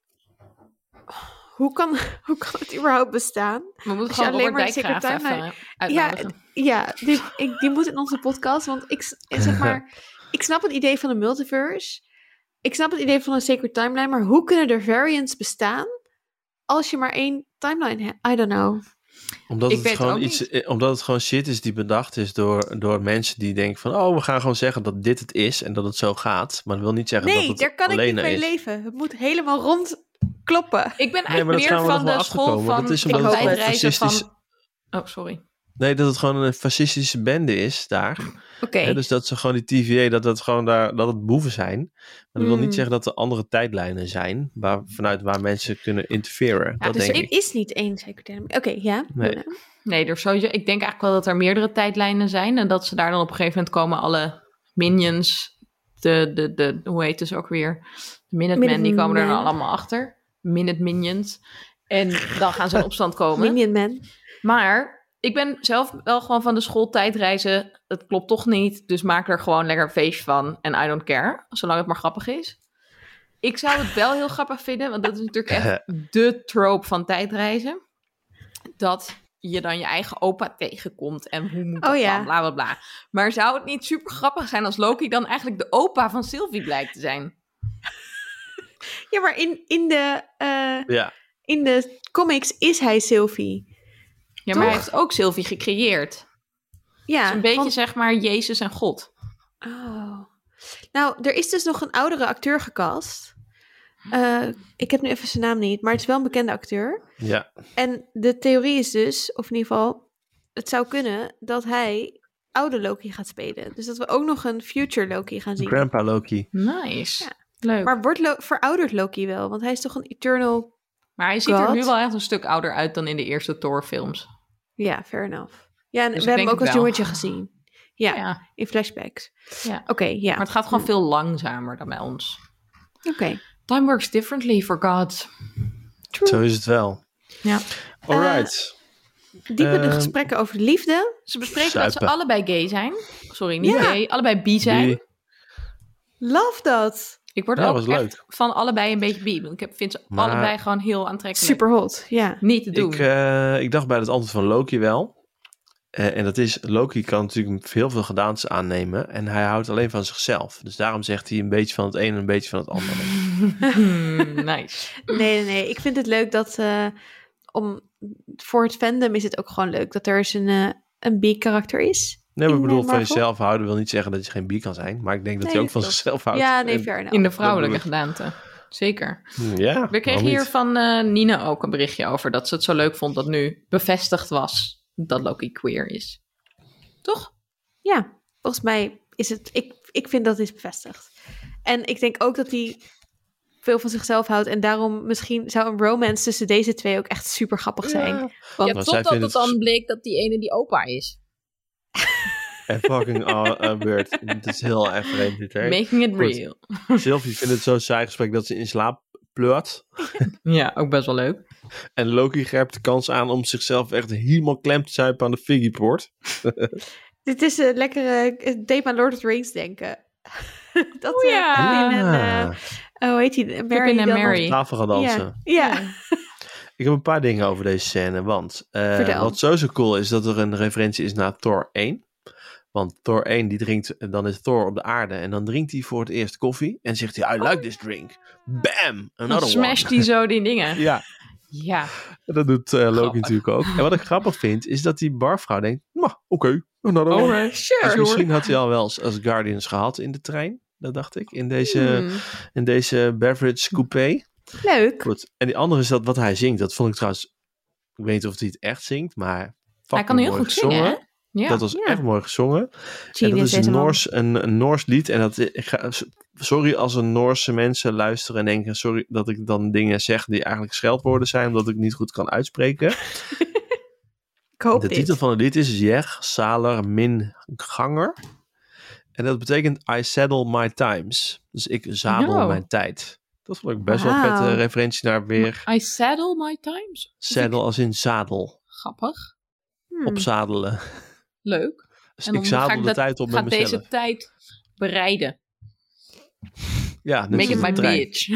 Hoe kan, hoe kan het überhaupt bestaan? We moeten Als je gewoon alleen Robert maar de Sacred Dijkgraaf Timeline- even uitnodigen. Ja, die, ik, die moet in onze podcast. Want ik, s- zeg maar, ik snap het idee van een multiverse. Ik snap het idee van een Sacred Timeline. Maar hoe kunnen er variants bestaan als je maar één timeline hebt? I don't know. Omdat, Ik het weet gewoon ook iets, eh, omdat het gewoon shit is die bedacht is door, door mensen die denken van... oh, we gaan gewoon zeggen dat dit het is en dat het zo gaat. Maar dat wil niet zeggen Nee, dat het daar kan ik alleen niet mee is. leven. Het moet helemaal rond kloppen. Ik ben Nee, maar eigenlijk dat gaan meer we nog van wel de school achterkomen. van Dat is van omdat het tijdreizen fascistisch- van... Oh, sorry. Nee, dat het gewoon een fascistische bende is daar. Oké. Hè, dus dat ze gewoon die T V A, dat het gewoon daar, dat het boeven zijn. Maar dat wil Hmm. niet zeggen dat er andere tijdlijnen zijn, waar, vanuit waar mensen kunnen interfereren. dat dus denk Er ik. is niet één Sacred Timeline. Oké, ja. Nee. Luna. Nee, er is sowieso, ik denk eigenlijk wel dat er meerdere tijdlijnen zijn. En dat ze daar dan op een gegeven moment komen alle minions. De, de, de, hoe heet het ook weer? De Minutemen, die komen er dan Minutemen. allemaal achter. Minute Minions. En dan gaan ze in opstand komen. Minion Man. Maar ik ben zelf wel gewoon van de schooltijdreizen. Het klopt toch niet. Dus maak er gewoon lekker een feestje van. En I don't care. Zolang het maar grappig is. Ik zou het wel heel grappig vinden. Want dat is natuurlijk echt de trope van tijdreizen. Dat je dan je eigen opa tegenkomt. En hoe moet dat Oh ja. dan? Bla, bla, bla. Maar zou het niet super grappig zijn als Loki dan eigenlijk de opa van Sylvie blijkt te zijn? Ja, maar in, in, de, eh, Ja, in de comics is hij Sylvie. Ja, maar hij Toch? heeft ook Sylvie gecreëerd. Ja, Het is een beetje van- zeg maar Jezus en God. Oh. Nou, er is dus nog een oudere acteur gecast. Eh, ik heb nu even zijn naam niet, maar het is wel een bekende acteur. ja. En de theorie is dus, of in ieder geval, het zou kunnen dat hij oude Loki gaat spelen. Dus dat we ook nog een future Loki gaan zien. Grandpa Loki. Nice. Ja. Leuk. Maar, Maar wordt Lo- verouderd Loki wel? Want hij is toch een eternal... hij ziet er God. nu wel echt een stuk ouder uit dan in de eerste Thor-films. Ja, fair enough. Ja, en Dus we ik hebben hem denk ook als het wel. jongetje gezien. Ja, Ja. in flashbacks. Ja. Oké, ja. Maar het gaat gewoon veel langzamer dan bij ons. Oké. Time works differently, for God. Zo is het wel. Ja. Alright. Diepende Ehm, gesprekken over de liefde. Ze bespreken dat ze Suipen. allebei gay zijn. Sorry, niet Ja. gay. Allebei bi zijn. Die- Love dat. Ik word Ja, ook was echt leuk. van allebei een beetje bi. Want ik heb, vind ze Maar- allebei gewoon heel aantrekkelijk. Super hot, ja. Niet te doen. Ik, eh, ik dacht bij het antwoord van Loki wel. Eh, en dat is, Loki kan natuurlijk heel veel gedaantes aannemen. En hij houdt alleen van zichzelf. Dus daarom zegt hij een beetje van het een en een beetje van het andere. Hmm, nice. Nee, nee, nee. Ik vind het leuk dat... eh, om, voor het fandom is het ook gewoon leuk dat er eens een, eh, een B-karakter is. Nee, maar ik In, bedoel, eh, van Marvel? jezelf houden wil niet zeggen dat je geen bi kan zijn. Maar ik denk dat Nee, hij ook van dat- zichzelf houdt. Ja, nee, En- fair enough. In de vrouwelijke Dat gedaante. Zeker. Ja, We kregen waarom hier niet? van eh Nina ook een berichtje over dat ze het zo leuk vond dat nu bevestigd was dat Loki queer is. Toch? Ja, volgens mij is het... Ik, ik vind dat is bevestigd. En ik denk ook dat hij veel van zichzelf houdt. En daarom misschien zou een romance tussen deze twee ook echt super grappig zijn. Ja. Want Maar zij vindt het- bleek dat die ene die opa is. En fucking uh, uh, Bert. Het is heel erg vreemd dit, hè? Making it Goed. real. Sylvie vindt het zo'n saai gesprek dat ze in slaap pleurt. Ja, ook best wel leuk. En Loki grijpt de kans aan om zichzelf echt helemaal klem te zuipen aan de Figgy-poort. dit is een lekkere uh, deed aan Lord of the Rings denken. dat Oh eh, ja. Pippin en, eh, oh, hoe heet die? Mary Pippin en dan Mary. nog- Tafel gaan dansen. Ja, ja. Ik heb een paar dingen over deze scène, want eh, Vertel. wat sowieso cool is dat er een referentie is naar Thor één. Want Thor één, die drinkt, dan is Thor op de aarde en dan drinkt hij voor het eerst koffie en zegt hij, I like this drink. Bam! Dan Another smasht one. hij zo die dingen. Ja, Ja. dat doet eh, Loki Grappig. natuurlijk ook. En wat ik grappig vind, is dat die barvrouw denkt, nou, oké, another one. Alright, sure. Dus misschien had hij al wel eens als Guardians gehad in de trein. Dat dacht ik. In deze, Hmm. in deze beverage coupé. Leuk. Goed. En die andere is dat wat hij zingt. Dat vond ik trouwens... Ik weet niet of hij het echt zingt. Maar Hij kan heel mooi goed zingen, gezongen. hè? Ja. Dat was Ja. echt mooi gezongen. En Genius, dat is een deze man. Noors, een, een Noors lied. En dat, ik ga, sorry als er Noorse mensen luisteren en denken... sorry dat ik dan dingen zeg die eigenlijk scheldwoorden zijn... omdat ik niet goed kan uitspreken. Ik hoop De dit. titel van het lied is Jeg saler min ganger. En dat betekent I saddle my times. Dus ik zadel Oh. mijn tijd. Dat vond ik best wel een Wauw. vette referentie naar weer... I saddle my times. Saddle als in zadel. Grappig. Hmm. Opzadelen. Leuk. Dus En dan ik ga zadel ik de dat- tijd op ga met deze mezelf. tijd bereiden. Ja, net Make it zoals my de trein. bitch.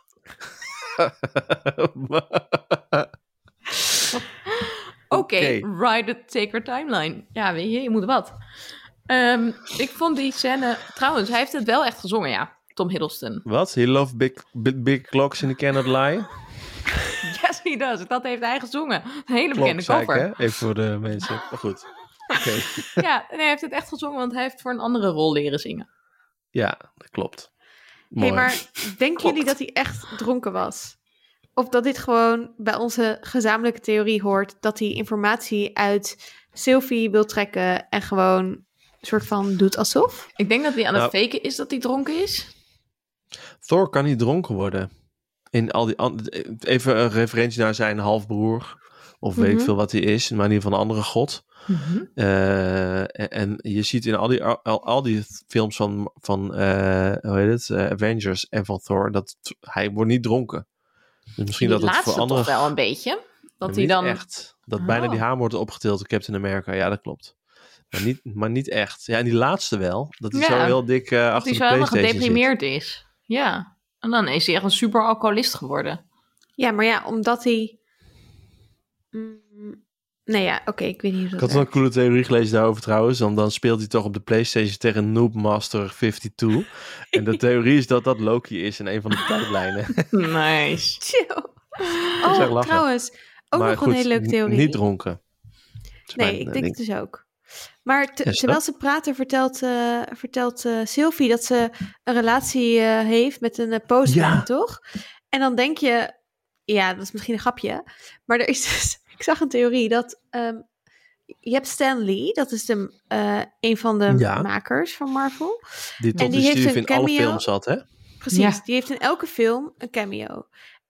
Oké, Oké. ride the sacred timeline. Ja, weet je, je moet wat. Ehm, ik vond die scène... Trouwens, hij heeft het wel echt gezongen, ja. Tom Hiddleston. Wat? He loved big, big, big clocks and he cannot lie? Yes, he does. Dat heeft hij gezongen. Een hele Klok, bekende zei ik, cover. hè? Even voor de mensen. Maar goed. Oké. Ja, en hij heeft het echt gezongen, want hij heeft voor een andere rol leren zingen. Ja, dat klopt. Hey, Mooi. maar denken jullie dat hij echt dronken was? Of dat dit gewoon bij onze gezamenlijke theorie hoort... dat hij informatie uit Sylvie wil trekken... en gewoon een soort van doet alsof? Ik denk dat hij aan het Nou. faken is dat hij dronken is. Thor kan niet dronken worden. In al die an- Even een referentie naar zijn halfbroer. Of weet ik Mhm. veel wat hij is. Maar in ieder geval een andere god. Eh, en, en je ziet in al die, al, al die films van, van eh, hoe heet het? Eh, Avengers en van Thor. Dat t- hij wordt niet dronken. Dus misschien Die dat het laatste voor andere... toch wel een beetje. Dat Maar hij niet dan... echt. Dat Oh. bijna die hamer wordt opgetild door Captain America. Ja, dat klopt. Maar niet, maar niet echt. Ja, en die laatste wel. Dat hij Ja, zo heel dik eh, Dat achter hij de zo helemaal PlayStation zit. gedeprimeerd is. Ja. En dan is hij echt een super alcoholist geworden. Ja, maar ja, omdat hij... Mm, nee, ja, oké, ik weet niet hoe dat Ik had wel een werkt. coole theorie gelezen daarover trouwens. Dan, dan speelt hij toch op de PlayStation tegen Noobmaster tweeënfenzestig. En de theorie is dat dat Loki is in een van de tijdlijnen. Nice. Chill. zeg Oh, lachen. trouwens, ook Maar nog goed, een hele leuke n- theorie. Niet dronken. Dat is Nee, mijn, ik eh, denk ding. het dus ook. Maar te- Ja, snap. terwijl ze praten, vertelt, eh, vertelt eh, Sylvie dat ze een relatie eh, heeft met een uh, postman, Ja. toch? En dan denk je, ja, dat is misschien een grapje. Maar er is dus, ik zag een theorie dat ehm, je hebt Stan Lee, dat is de, eh, een van de Ja. makers van Marvel. Die tot die die heeft Steve een in alle cameo. films zat, hè? Precies, Ja. die heeft in elke film een cameo.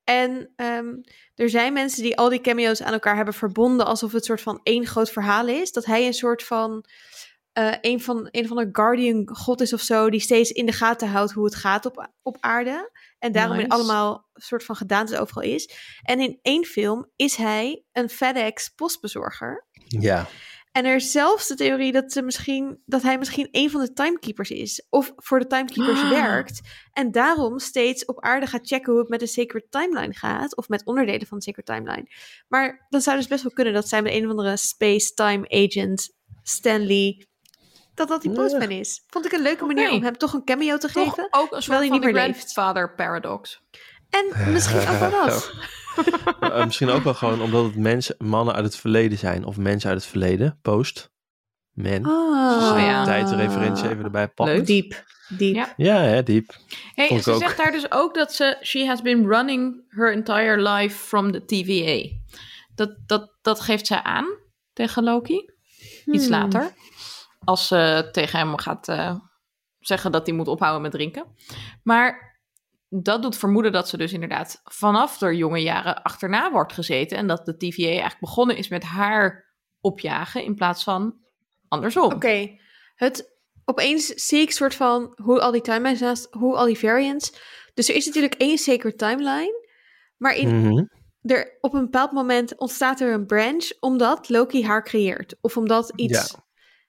En ehm, er zijn mensen die al die cameo's aan elkaar hebben verbonden alsof het een soort van één groot verhaal is. Dat hij een soort van eh, een van een van de guardian god is of zo, die steeds in de gaten houdt hoe het gaat op, op aarde. En daarom in Nice. allemaal soort van gedaantes overal is. En in één film is hij een FedEx postbezorger. Ja. En er is zelfs de theorie dat, ze misschien, dat hij misschien een van de timekeepers is. Of voor de timekeepers Ah. werkt. En daarom steeds op aarde gaat checken hoe het met de Sacred Timeline gaat. Of met onderdelen van de Sacred Timeline. Maar dan zou dus best wel kunnen dat zij met een of andere space-time agent, Stanley, dat dat die Ja. postman is. Vond ik een leuke manier Oké. om hem toch een cameo te Toch geven. ook een terwijl soort hij van niet de meer leeft. grandfather paradox. En misschien ook wel dat. Uh, misschien ook wel gewoon omdat het mensen, mannen uit het verleden zijn. Of mensen uit het verleden. Post. Men. Oh, Oh, ja. Tijdreferentie even erbij pakken. Leuk. Diep, diep. Ja. Ja, hè, diep. Hey, Vond ik ze ook. zegt daar dus ook dat ze... She has been running her entire life from the T V A. Dat, dat, dat geeft zij aan tegen Loki. Iets Hmm. later. Als ze tegen hem gaat uh, zeggen dat hij moet ophouden met drinken. Maar dat doet vermoeden dat ze dus inderdaad vanaf haar jonge jaren achterna wordt gezeten. En dat de T V A eigenlijk begonnen is met haar opjagen in plaats van andersom. Oké, het opeens zie ik soort van hoe al die timelines naast, hoe al die variants. Dus er is natuurlijk één sacred timeline, maar in, Mhm. er, op een bepaald moment ontstaat er een branch omdat Loki haar creëert. Of omdat iets... Ja.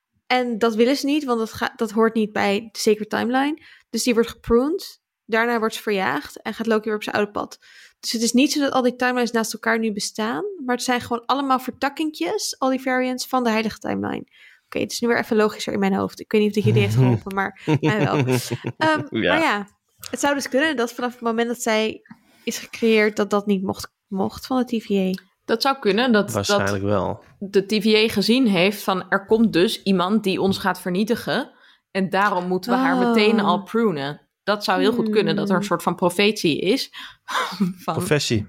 En dat willen ze niet, want dat, gaat, dat hoort niet bij de sacred timeline. Dus die wordt gepruned, daarna wordt ze verjaagd en gaat Loki weer op zijn oude pad. Dus het is niet zo dat al die timelines naast elkaar nu bestaan, maar het zijn gewoon allemaal vertakkingjes, al die variants van de heilige timeline. Oké, het is nu weer even logischer in mijn hoofd. Ik weet niet of dit jullie heeft geholpen, maar mij wel. Ehm, Ja. Maar ja, het zou dus kunnen dat vanaf het moment dat zij is gecreëerd, dat dat niet mocht, mocht van de T V A. Dat zou kunnen, dat, dat Waarschijnlijk wel. de T V A gezien heeft van er komt dus iemand die ons gaat vernietigen en daarom moeten we haar Oh. meteen al prunen. Dat zou heel goed kunnen, dat er een Hmm. soort van profetie is. van, Professie.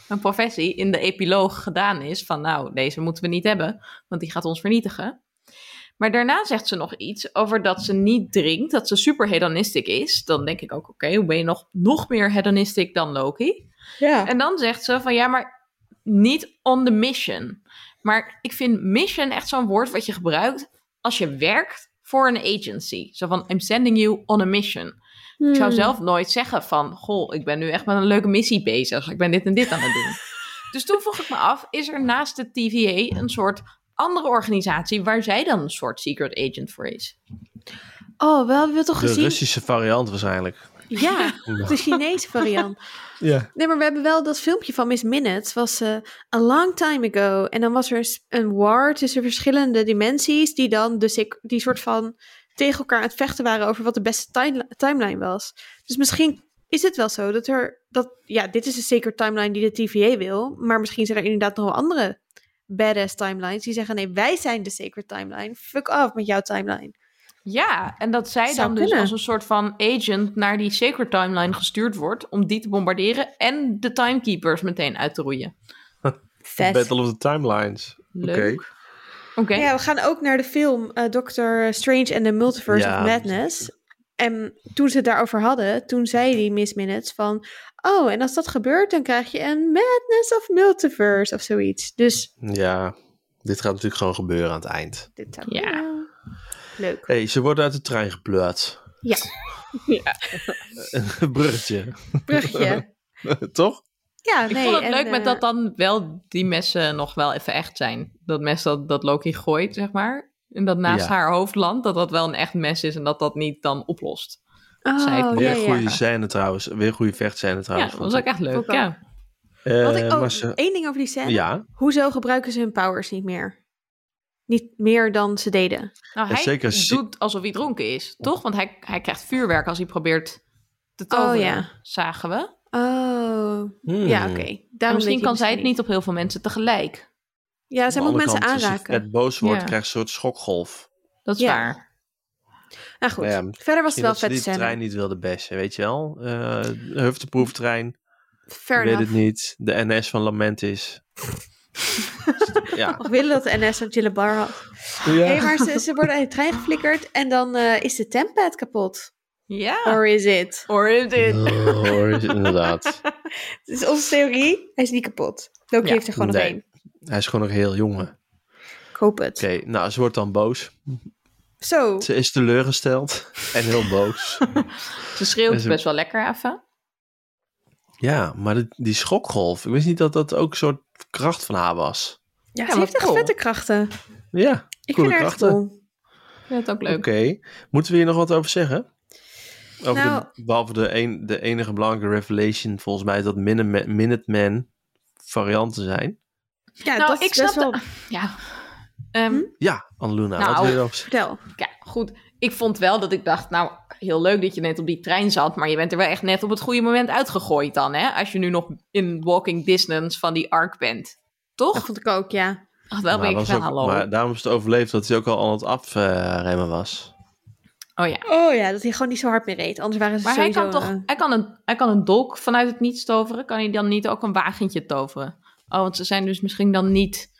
een professie in de epiloog gedaan is van nou, deze moeten we niet hebben, want die gaat ons vernietigen. Maar daarna zegt ze nog iets over dat ze niet drinkt, dat ze super hedonistic is. Dan denk ik ook, oké, okay, hoe ben je nog, nog meer hedonistic dan Loki? Ja. En dan zegt ze van ja, maar niet on the mission. Maar ik vind mission echt zo'n woord wat je gebruikt als je werkt voor een agency. Zo van, I'm sending you on a mission. Hmm. Ik zou zelf nooit zeggen van, goh, ik ben nu echt met een leuke missie bezig. Ik ben dit en dit aan het doen. Dus toen vroeg ik me af, is er naast de T V A een soort andere organisatie waar zij dan een soort secret agent voor is? Oh, wel hebben we toch De gezien? Russische variant waarschijnlijk. Ja, de Chinese variant. Ja. Nee, maar we hebben wel dat filmpje van Miss Minutes. Was uh, a long time ago. En dan was er een, sp- een war tussen verschillende dimensies. Die dan dus ik, die soort van tegen elkaar aan het vechten waren over wat de beste time- timeline was. Dus misschien is het wel zo dat er... dat ja, dit is een secret timeline die de T V A wil. Maar misschien zijn er inderdaad nog wel andere badass timelines. Die zeggen, nee, wij zijn de secret timeline. Fuck off met jouw timeline. Ja, en dat zij Zou dan dus kunnen. als een soort van agent naar die Sacred Timeline gestuurd wordt om die te bombarderen en de Timekeepers meteen uit te roeien. Vet. Battle of the Timelines. Oké. Leuk. Oké. Ja, we gaan ook naar de film uh, Doctor Strange and the Multiverse Ja. of Madness. En toen ze het daarover hadden, toen zei die Miss Minutes van... Oh, en als dat gebeurt, dan krijg je een Madness of Multiverse of zoiets. Dus Ja, dit gaat natuurlijk gewoon gebeuren aan het eind. dit zou Ja. kunnen. Leuk. Hé, hey, ze worden uit de trein gepleurd. Ja, Een bruggetje. bruggetje. Toch? Ja, Ik nee, vond het en, leuk uh, met dat dan wel die messen nog wel even echt zijn. Dat mes dat, dat Loki gooit, zeg maar. En dat naast Ja. haar hoofd landt, dat dat wel een echt mes is en dat dat niet dan oplost. Oh, Zij het Weer ja, een ja. goede scène trouwens. Weer een goede vechtscène Ja, trouwens. dat was ook echt leuk, Vond ik ja. Eh, Wat ik, oh, maar ze- één ding over die scène. ja, Hoezo gebruiken ze hun powers niet meer? Niet meer dan ze deden. Nou, Ja, hij zeker si- doet alsof hij dronken is, toch? Want hij, hij krijgt vuurwerk als hij probeert te toveren, Oh, ja. zagen we. Oh, Hmm. ja, oké. En Daarom misschien deed kan zij hij het niet op heel veel mensen tegelijk. Ja, zij Aan de moet andere mensen kant, aanraken. Als je vet boos wordt, Ja. krijg je een soort schokgolf. Dat is Ja. waar. Nou goed, Maar ja, verder was het Misschien wel dat ze vet die scène. trein niet wilde bashen, weet je wel. Uh, Hufteproeftrein, Fair weet enough. het niet. De N S van Lamentis. ja. Mag willen dat de N S een chille bar had. ja. Nee, maar ze, ze worden uit de trein geflikkerd en dan uh, is de tempad kapot. Ja. Or is it? Or is it? Oh, hoor, is het inderdaad. Het is onze theorie. Hij is niet kapot. Loki Ja. heeft er gewoon nog Nee. één. Hij is gewoon nog heel jongen. Ik hoop het. Oké, nou, ze wordt dan boos. Zo. Ze is teleurgesteld en heel boos. Ze schreeuwt En ze- best wel lekker even. Ja, maar die, die schokgolf, ik wist niet dat dat ook een soort kracht van haar was. Ja, Ja, ze maar heeft echt cool. vette krachten. Ja, Ik coole vind haar echt krachten. cool. Ik vind het ook leuk. Oké, moeten we hier nog wat over zeggen? Over Nou- de, behalve de, een, de enige belangrijke revelation volgens mij is dat Minuteman Minuteman varianten zijn. Ja, Nou, dat ik is best snapte- wel... Ja. Ehm, Hm? Ja, Annaluna, Nou, wat wil je erover zeggen? Vertel. Ja, goed. Ik vond wel dat ik dacht, nou, heel leuk dat je net op die trein zat, maar je bent er wel echt net op het goede moment uitgegooid dan, hè? Als je nu nog in walking distance van die arc bent. Toch? Dat vond ik ook, ja. Ach, wel ben Maar ik was van, ook- hallo. Maar daarom is het overleefd dat hij ook al aan het afremmen was. Oh ja. Oh ja, dat hij gewoon niet zo hard meer reed. Anders waren ze Maar hij sowieso... kan toch, eh, hij kan, een, hij kan een dolk vanuit het niets toveren. Kan hij dan niet ook een wagentje toveren? Oh, want ze zijn dus misschien dan niet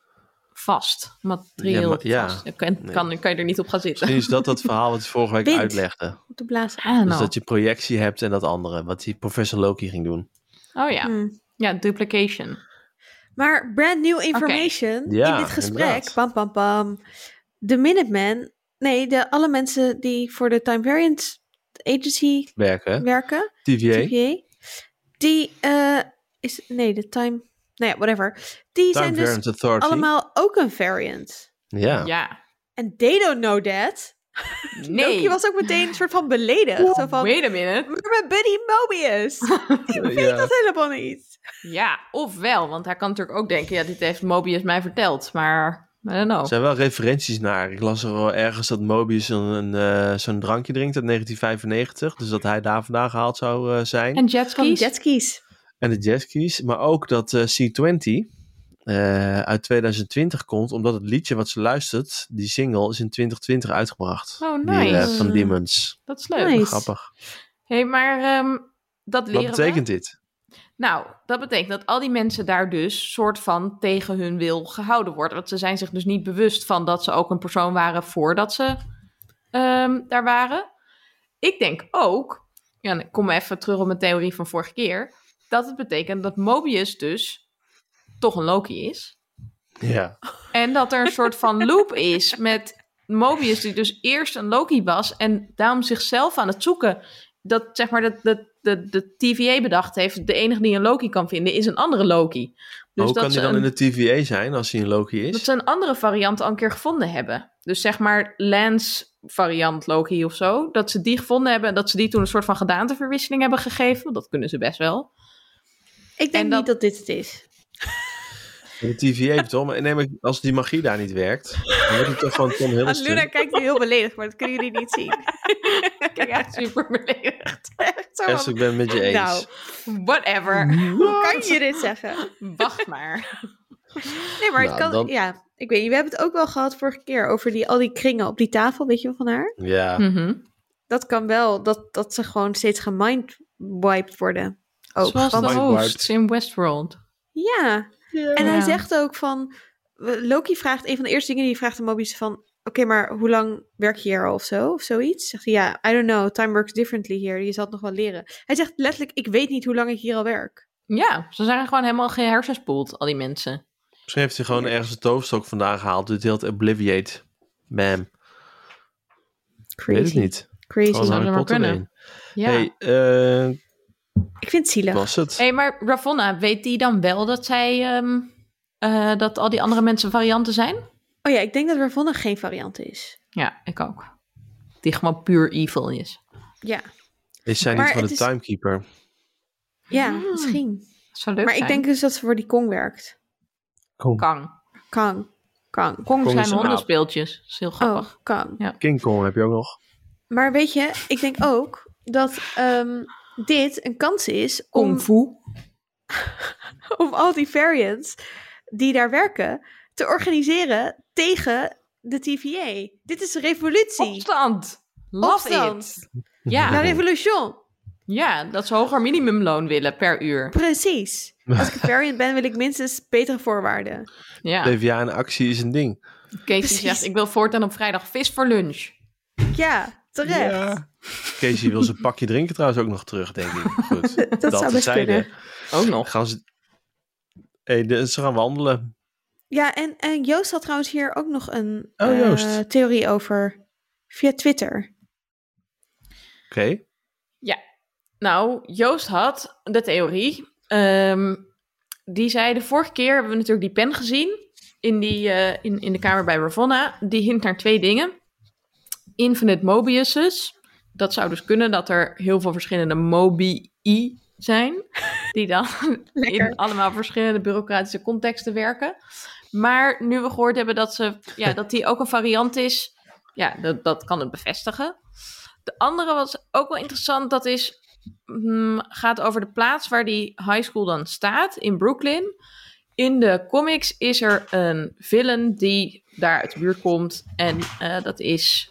vast. Materieel Ja, maar- ja. vast. Dan kan, Nee. kan, kan je er niet op gaan zitten. Misschien is dat dat verhaal wat hij vorige week Wind. uitlegde. op de blazen. I don't Dus know. dat je projectie hebt en dat andere. Wat die professor Loki ging doen. Oh ja. Hmm. Ja, duplication. Maar brand new information Ja, in dit gesprek. inderdaad. Pam, pam, pam. De Minutemen, nee, de, alle mensen die voor de Time Variant Agency Werken. werken, T V A. T V A, die eh, is, nee, de Time, nou ja, whatever. Die Time zijn dus Variance Authority. allemaal ook een variant. Ja. Ja. En they don't know that. Nee. Loki was ook meteen een soort van beledigd. Zo van, Wait a minute. maar mijn buddy Mobius. Ik weet Ja. dat helemaal niet. Ja, of wel. Want hij kan natuurlijk ook denken, ja, dit heeft Mobius mij verteld. Maar, I don't know. Er zijn wel referenties naar. Ik las er wel ergens dat Mobius een, een, eh, zo'n drankje drinkt uit negentien vijfennegentig. Dus dat hij daar vandaan gehaald zou eh, zijn. En Van jetskis? jetskis. En de jetskis. Maar ook dat eh, C twintig eh, uit twintig twintig komt. Omdat het liedje wat ze luistert, die single, is in twintig twintig uitgebracht. Oh, Die, eh, nice. van Demons. Dat is leuk. Nice. Grappig. Hé, maar ehm, dat leren Wat betekent dit? Nou, dat betekent dat al die mensen daar dus soort van tegen hun wil gehouden worden. Want ze zijn zich dus niet bewust van dat ze ook een persoon waren voordat ze um, daar waren. Ik denk ook, ja, ik kom even terug op mijn theorie van vorige keer, dat het betekent dat Mobius dus toch een Loki is. Ja. En dat er een soort van loop is met Mobius die dus eerst een Loki was en daarom zichzelf aan het zoeken. Dat zeg maar dat de, de, de T V A bedacht heeft, de enige die een Loki kan vinden is een andere Loki. Dus Hoe dat kan ze hij dan een, in de T V A zijn als hij een Loki is? dat ze een andere variant al een keer gevonden hebben. Dus zeg maar Lance variant Loki of zo. Dat ze die gevonden hebben en dat ze die toen een soort van gedaanteverwisseling hebben gegeven. Dat kunnen ze best wel. Ik denk En dat- niet dat dit het is. De T V A heeft toch? Maar nee, maar als die magie daar niet werkt, dan wordt het toch gewoon Tom Ah, Hiddleston. Luna kijkt nu heel beledigd, maar dat kunnen jullie niet zien. Kijk, echt super beledigd. Echt zo Yes, van, ik ben het met je eens. nou, Whatever. hoe kan je dit zeggen? Wacht maar. Nee, maar het Nou, kan, dan- ja, ik weet niet. We hebben het ook wel gehad vorige keer over die, al die kringen op die tafel, weet je wel, van haar. Ja, Mhm. Dat kan wel, dat, dat ze gewoon steeds gemindwiped worden. Ook. Zoals Want- de Want- hosts in Westworld. ja, en hij Ja. zegt ook van, Loki vraagt, een van de eerste dingen die hij vraagt aan Mobius van, oké, maar hoe lang werk je hier al of zo? Of zoiets? Zegt hij, ja, I don't know, time works differently here. Je zal het nog wel leren. Hij zegt letterlijk, ik weet niet hoe lang ik hier al werk. Ja, ze zijn gewoon helemaal geen hersenspoeld, al die mensen. misschien heeft hij gewoon ergens een toverstok vandaan gehaald. Dit heet Obliviate. Bam. Crazy. Weet het niet. Crazy. Gewoon Zou Harry maar Potter kunnen. erin. Ja. Hey, eh, Ik vind het zielig. was het? Hé, hey, maar Ravonna, weet die dan wel dat zij, ehm, eh, dat al die andere mensen varianten zijn? Oh ja, ik denk dat Ravonna geen variant is. Ja, ik ook. Die gewoon puur evil is. Ja, Is zij Maar niet van het de is- Timekeeper? ja Hmm. misschien. Dat zou leuk Maar zijn. ik denk dus dat ze voor die Kong werkt. Kong. Kang. Kang. Kang. Kong is zijn een hondenspeeltjes. Dat is heel grappig. Oh, Kang. King Kong heb je ook nog. Maar weet je, ik denk ook dat ehm, dit een kans is om, Kung fu. om al die variants die daar werken te organiseren tegen de T V A. Dit is een revolutie. Opstand. Love Opstand. it. La Ja. revolution. ja, dat ze hoger minimumloon willen per uur. Precies. Als ik een variant ben, wil ik minstens betere voorwaarden. Ja. P v A in actie is een ding. Casey Precies. zegt, ik wil voortaan op vrijdag vis voor lunch. Ja, terecht. Casey wil zijn pakje drinken trouwens ook nog terug, denk ik. Goed. Dat zou best terzijde. kunnen. Ook nog. Gaan ze... Hey, de- ze gaan wandelen. Ja, en, en Joost had trouwens hier ook nog een Oh, eh, Joost. theorie over via Twitter. Oké. Nou, Joost had de theorie. ehm, die zei, de vorige keer hebben we natuurlijk die pen gezien. In, die, eh, in, in de kamer bij Ravonna. Die hint naar twee dingen. Infinite Mobiuses. Dat zou dus kunnen dat er heel veel verschillende Mobii zijn. Die dan Lekker. in allemaal verschillende bureaucratische contexten werken. Maar nu we gehoord hebben dat, ze, ja, dat die ook een variant is. Ja, dat, dat kan het bevestigen. De andere was ook wel interessant. Dat is, mm, gaat over de plaats waar die high school dan staat. In Brooklyn. In de comics is er een villain die daar uit de buurt komt. En eh, dat is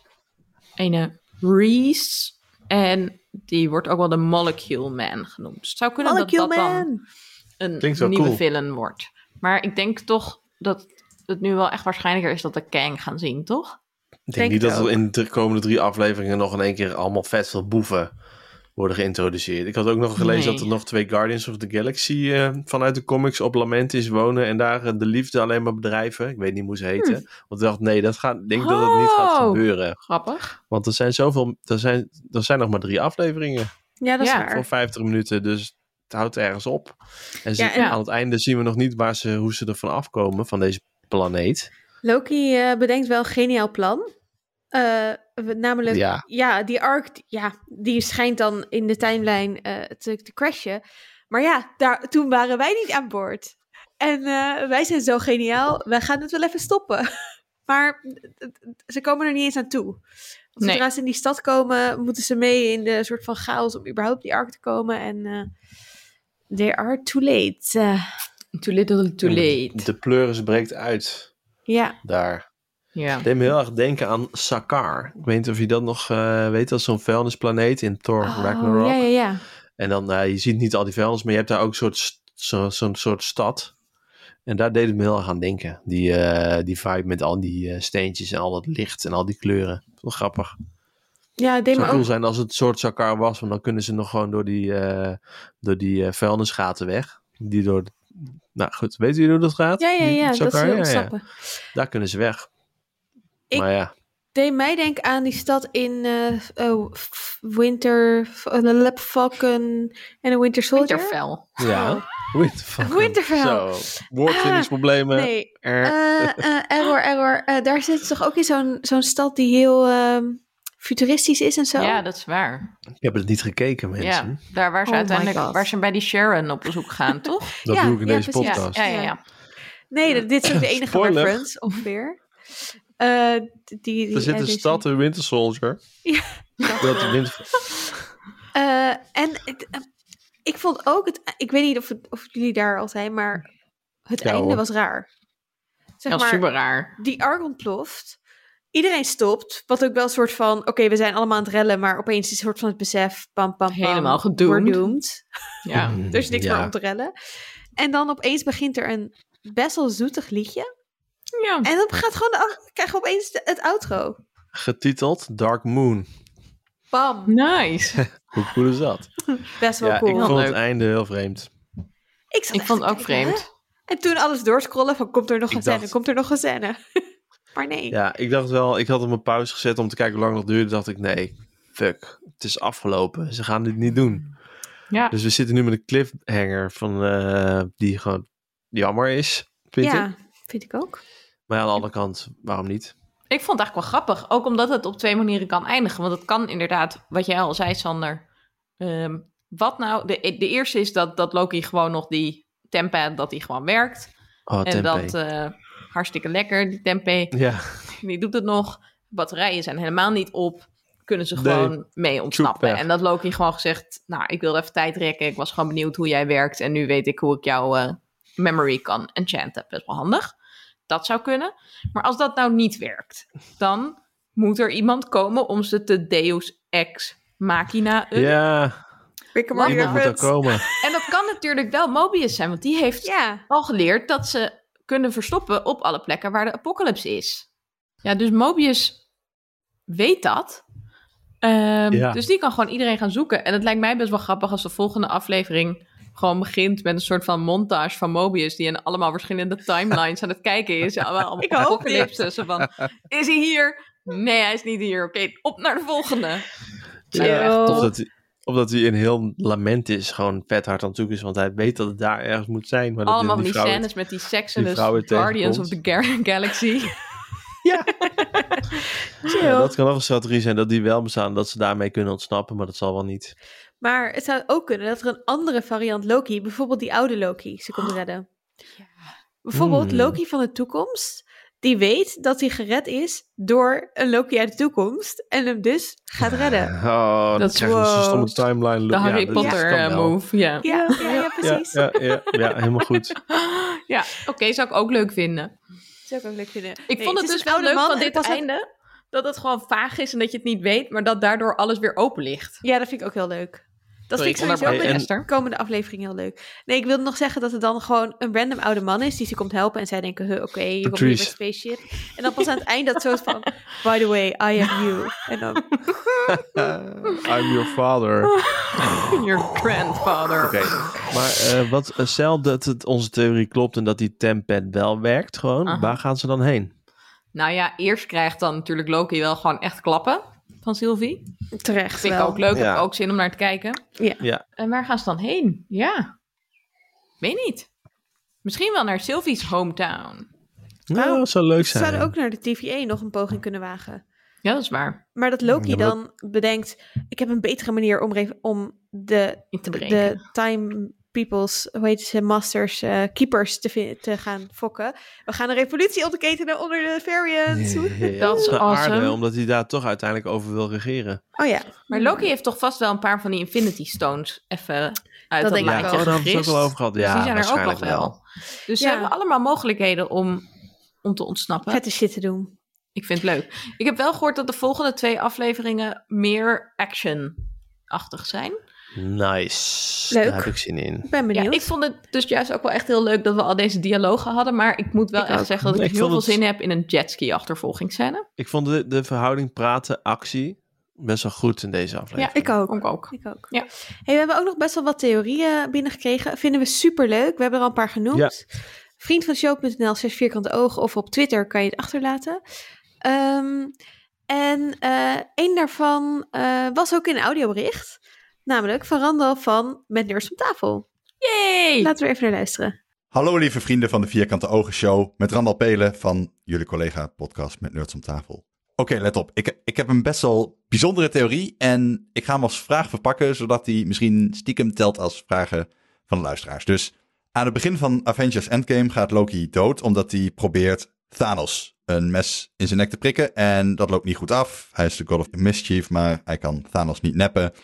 een Reese. En die wordt ook wel de Molecule Man genoemd. Dus het zou kunnen Molecule dat dat dan Man. een Klinkt wel nieuwe cool. villain wordt. Maar ik denk toch dat het nu wel echt waarschijnlijker is dat we Kang gaan zien, toch? Ik denk Denk niet het dat er ook. in de komende drie afleveringen nog in één keer allemaal vet veel boeven worden geïntroduceerd. Ik had ook nog gelezen Nee. dat er nog twee Guardians of the Galaxy eh, vanuit de comics op Lamentis wonen en daar eh, de liefde alleen maar bedrijven. Ik weet niet hoe ze heten. Want ik dacht, nee, dat gaat, ik denk dat het niet gaat Oh. gebeuren. Grappig. Want er zijn zoveel, er zijn, er zijn nog maar drie afleveringen Ja, dat is Ja, waar. voor vijftig minuten, dus het houdt ergens op. En, ze, Ja, en- aan het einde zien we nog niet waar ze, hoe ze ervan afkomen, van deze planeet. Loki eh, bedenkt wel een geniaal plan. Eh, we- namelijk, ja. Ja. die arc, ja, die schijnt dan in de timeline eh, te, te crashen. Maar ja, daar, toen waren wij niet aan boord. En eh, wij zijn zo geniaal, wij gaan het wel even stoppen. Maar eh, ze komen er niet eens aan toe. Want Nee. zodra ze in die stad komen, moeten ze mee in de soort van chaos om überhaupt op die arc te komen. En eh they are too late. Eh, Too little, too late. De pleuris breekt uit ja, daar. Ja. Het deed me heel erg denken aan Sakaar. Ik weet niet of je dat nog eh, weet, dat is zo'n vuilnisplaneet in Thor Oh, Ragnarok. ja, ja, ja. En dan, uh, je ziet niet al die vuilnis, maar je hebt daar ook een soort, st- zo, zo'n soort stad. En daar deed het me heel erg aan denken. Die, uh, die vibe met al die uh, steentjes en al dat licht en al die kleuren. Wel grappig. Ja, het deed Het me zou cool ook. zijn als het een soort Zakar was, want dan kunnen ze nog gewoon door die, uh, door die uh, vuilnisgaten weg. Die door, de, nou goed, weet jullie hoe dat gaat? Ja, ja, Die ja, dat Zakar? ze Ja, ja. ontsnappen. Daar kunnen ze weg. Ik- Maar ja, Deed mij denken aan die stad in uh, uh, Winter... Uh, Falcon en een Winter Soldier. Winterfell. ja. Winterfell. Winterfell. Zo, woordvindingsproblemen. Nee, Er. uh, uh, error, error. Uh, daar zit toch ook in zo'n, zo'n stad die heel uh, futuristisch is en zo? Ja, dat is waar. Ik heb het niet gekeken, mensen. Ja, daar waar ze Oh my uiteindelijk God. waar ze bij die Sharon op bezoek gaan, toch? Dat Ja, doe ik in ja, deze precies. podcast. Ja, ja, ja. Nee, dat- dit is ook de enige Spoiler. reference, ongeveer. Uh, die, die, Er zit uh, een deze- stad in Winter Soldier. Ja. Dat de winter... Uh, en het, uh, ik vond ook, het, ik weet niet of, het, of jullie daar al zijn, maar het Ja, einde hoor. was raar. Zeg Dat is maar, super raar. die ark ontploft. Iedereen stopt. Wat ook wel een soort van... Oké, okay, we zijn allemaal aan het rellen. Maar opeens is een soort van het besef... Pam, pam, pam. Helemaal gedoemd. We're doomed. Ja. Er is niks Ja. meer om te rellen. En dan opeens begint er een best wel zoetig liedje. Ja. En dan gaat gewoon... Af, krijgen we opeens de- het outro. Getiteld Dark Moon. Bam. Nice. Hoe cool is dat? Best wel Ja, cool. ik Heel vond leuk. het einde heel vreemd. Ik, zat Ik echt vond te het ook kijken, hè? vreemd. En toen alles doorscrollen van... Komt er nog Ik een scène? dacht- Komt er nog een scène? Maar nee. Ja, ik dacht wel, ik had hem op pauze gezet om te kijken hoe lang het duurde. Dacht ik, nee, fuck, het is afgelopen. Ze gaan dit niet doen. Ja. Dus we zitten nu met een cliffhanger van, uh, die gewoon jammer is, vind ik. Ja, vind ik ook. Maar aan de andere kant, waarom niet? Ik vond het eigenlijk wel grappig. Ook omdat het op twee manieren kan eindigen. Want het kan inderdaad, wat jij al zei, Sander. Um, wat nou? De, de eerste is dat, dat Loki gewoon nog die tempeh, dat die gewoon werkt. Oh, en tempeh. dat uh, hartstikke lekker, die tempeh. Ja, Die doet het nog. Batterijen zijn helemaal niet op. Kunnen ze Nee. gewoon mee ontsnappen. Tjoep, weg. En dat Loki gewoon gezegd... Nou, ik wilde even tijd rekken. Ik was gewoon benieuwd hoe jij werkt. En nu weet ik hoe ik jouw uh, memory kan enchanten. Best wel handig. Dat zou kunnen. Maar als dat nou niet werkt... dan moet er iemand komen om ze te Deus Ex Machina... ja, Rick and Morty iemand moet er reference. komen. En dat kan natuurlijk wel Mobius zijn. Want die heeft Ja. al geleerd dat ze kunnen verstoppen op alle plekken waar de apocalypse is. Ja, dus Mobius weet dat. Um, Ja. Dus die kan gewoon iedereen gaan zoeken. En het lijkt mij best wel grappig als de volgende aflevering gewoon begint met een soort van montage van Mobius die in allemaal verschillende timelines aan het kijken is. Allemaal Ik hoop apocalypse. Zo van, is hij hier? Nee, hij is niet hier. Oké, okay, op naar de volgende. Ja, Ja. of, dat, of dat hij in heel lament is, gewoon vet hard aan het zoeken is, want hij weet dat het daar ergens moet zijn. Maar dat Allemaal van die die vrouw- scènes met die seks en die de vrouw het Guardians of tegenkomt. the Ga- Galaxy. Ja. Chill. Ja, dat kan ook een strategie zijn dat die wel bestaan, dat ze daarmee kunnen ontsnappen, maar dat zal wel niet. Maar het zou ook kunnen dat er een andere variant Loki, bijvoorbeeld die oude Loki, ze komt redden. Bijvoorbeeld Hmm. Loki van de toekomst, die weet dat hij gered is door een Loki uit de toekomst en hem dus gaat redden. Oh, dat, Dat- krijgen we zo'n stomme wow. timeline. De look. Harry ja, dat Potter kan uh, wel. move, ja. Ja, ja, ja, Ja, precies. ja, ja, ja, helemaal goed. Ja, oké, okay, zou ik ook leuk vinden. Zou ik ook leuk vinden. Ik Nee, vond het, is dus een wel oude leuk man van en dit pas ook- einde, dat het gewoon vaag is en dat je het niet weet, maar dat daardoor alles weer open ligt. Ja, dat vind ik ook heel leuk. Dat Sorry, vind ik ik sowieso onderbreek bij de Esther. komende aflevering heel leuk. Nee, ik wilde nog zeggen dat het dan gewoon een random oude man is die ze komt helpen en zij denken, huh, oké, okay, je komt hier met Patrice. spaceship. En dan pas aan het eind dat soort van, by the way, I am you. En dan, I'm your father. Oké, Your grandfather. maar uh, wat, uh, stel dat het onze theorie klopt en dat die tempad wel werkt gewoon, Aha. waar gaan ze dan heen? Nou ja, eerst krijgt dan natuurlijk Loki wel gewoon echt klappen van Sylvie. terecht Vind ik wel. ook leuk, Ja. heb ook zin om naar te kijken. Ja, En waar gaan ze dan heen? Ja, weet niet. Misschien wel naar Sylvie's hometown. nou, dat zou leuk Ze zijn. zouden ook naar de T V A nog een poging kunnen wagen. Ja, dat is waar. Maar dat Loki Ja, maar dan bedenkt, ik heb een betere manier om, re- om de, In te breken. de time peoples, hoe heet ze, masters, eh, keepers te, vi- te gaan fokken. We gaan een revolutie onderketenen onder de Variants. Dat is de awesome. aarde, omdat hij daar toch uiteindelijk over wil regeren. Oh ja. Maar Loki heeft toch vast wel een paar van die Infinity Stones even uit dat, denk ik Ja, laadje wel. oh, daar hebben we het ook gegrist. wel over gehad. Dus Ja, die zijn er ook nog waarschijnlijk wel. Dus ze Ja. hebben allemaal mogelijkheden om, om te ontsnappen. Vette shit te doen. Ik vind het leuk. Ik heb wel gehoord dat de volgende twee afleveringen meer action-achtig zijn. Nice. Leuk. Daar heb ik zin in. Ik ben benieuwd. Ja, ik vond het dus juist ook wel echt heel leuk dat we al deze dialogen hadden. Maar ik moet wel Ik echt ook. zeggen dat ik, Ik heel vond veel het- zin heb in een jetski achtervolgingsscène. Ik vond de, de verhouding praten-actie best wel goed in deze aflevering. Ik ook. Vond ik ook. Ik ook. Ja. Hey, we hebben ook nog best wel wat theorieën binnengekregen. Vinden we super leuk. We hebben er al een paar genoemd. Ja. vriend van de show punt n l slash vierkante ogen of op Twitter kan je het achterlaten. Um, en uh, een daarvan uh, was ook in een audiobericht. Namelijk van Randolph van Met Nerds om tafel. Yay! Laten we even naar luisteren. Hallo lieve vrienden van de Vierkante Ogen Show. Met Randal Pelen van jullie collega podcast Met Nerds om tafel. Oké, okay, let op. Ik, ik heb een best wel bijzondere theorie. En ik ga hem als vraag verpakken. Zodat die misschien stiekem telt als vragen van de luisteraars. Dus aan het begin van Avengers Endgame gaat Loki dood. Omdat hij probeert Thanos een mes in zijn nek te prikken. En dat loopt niet goed af. Hij is de God of Mischief. Maar hij kan Thanos niet neppen.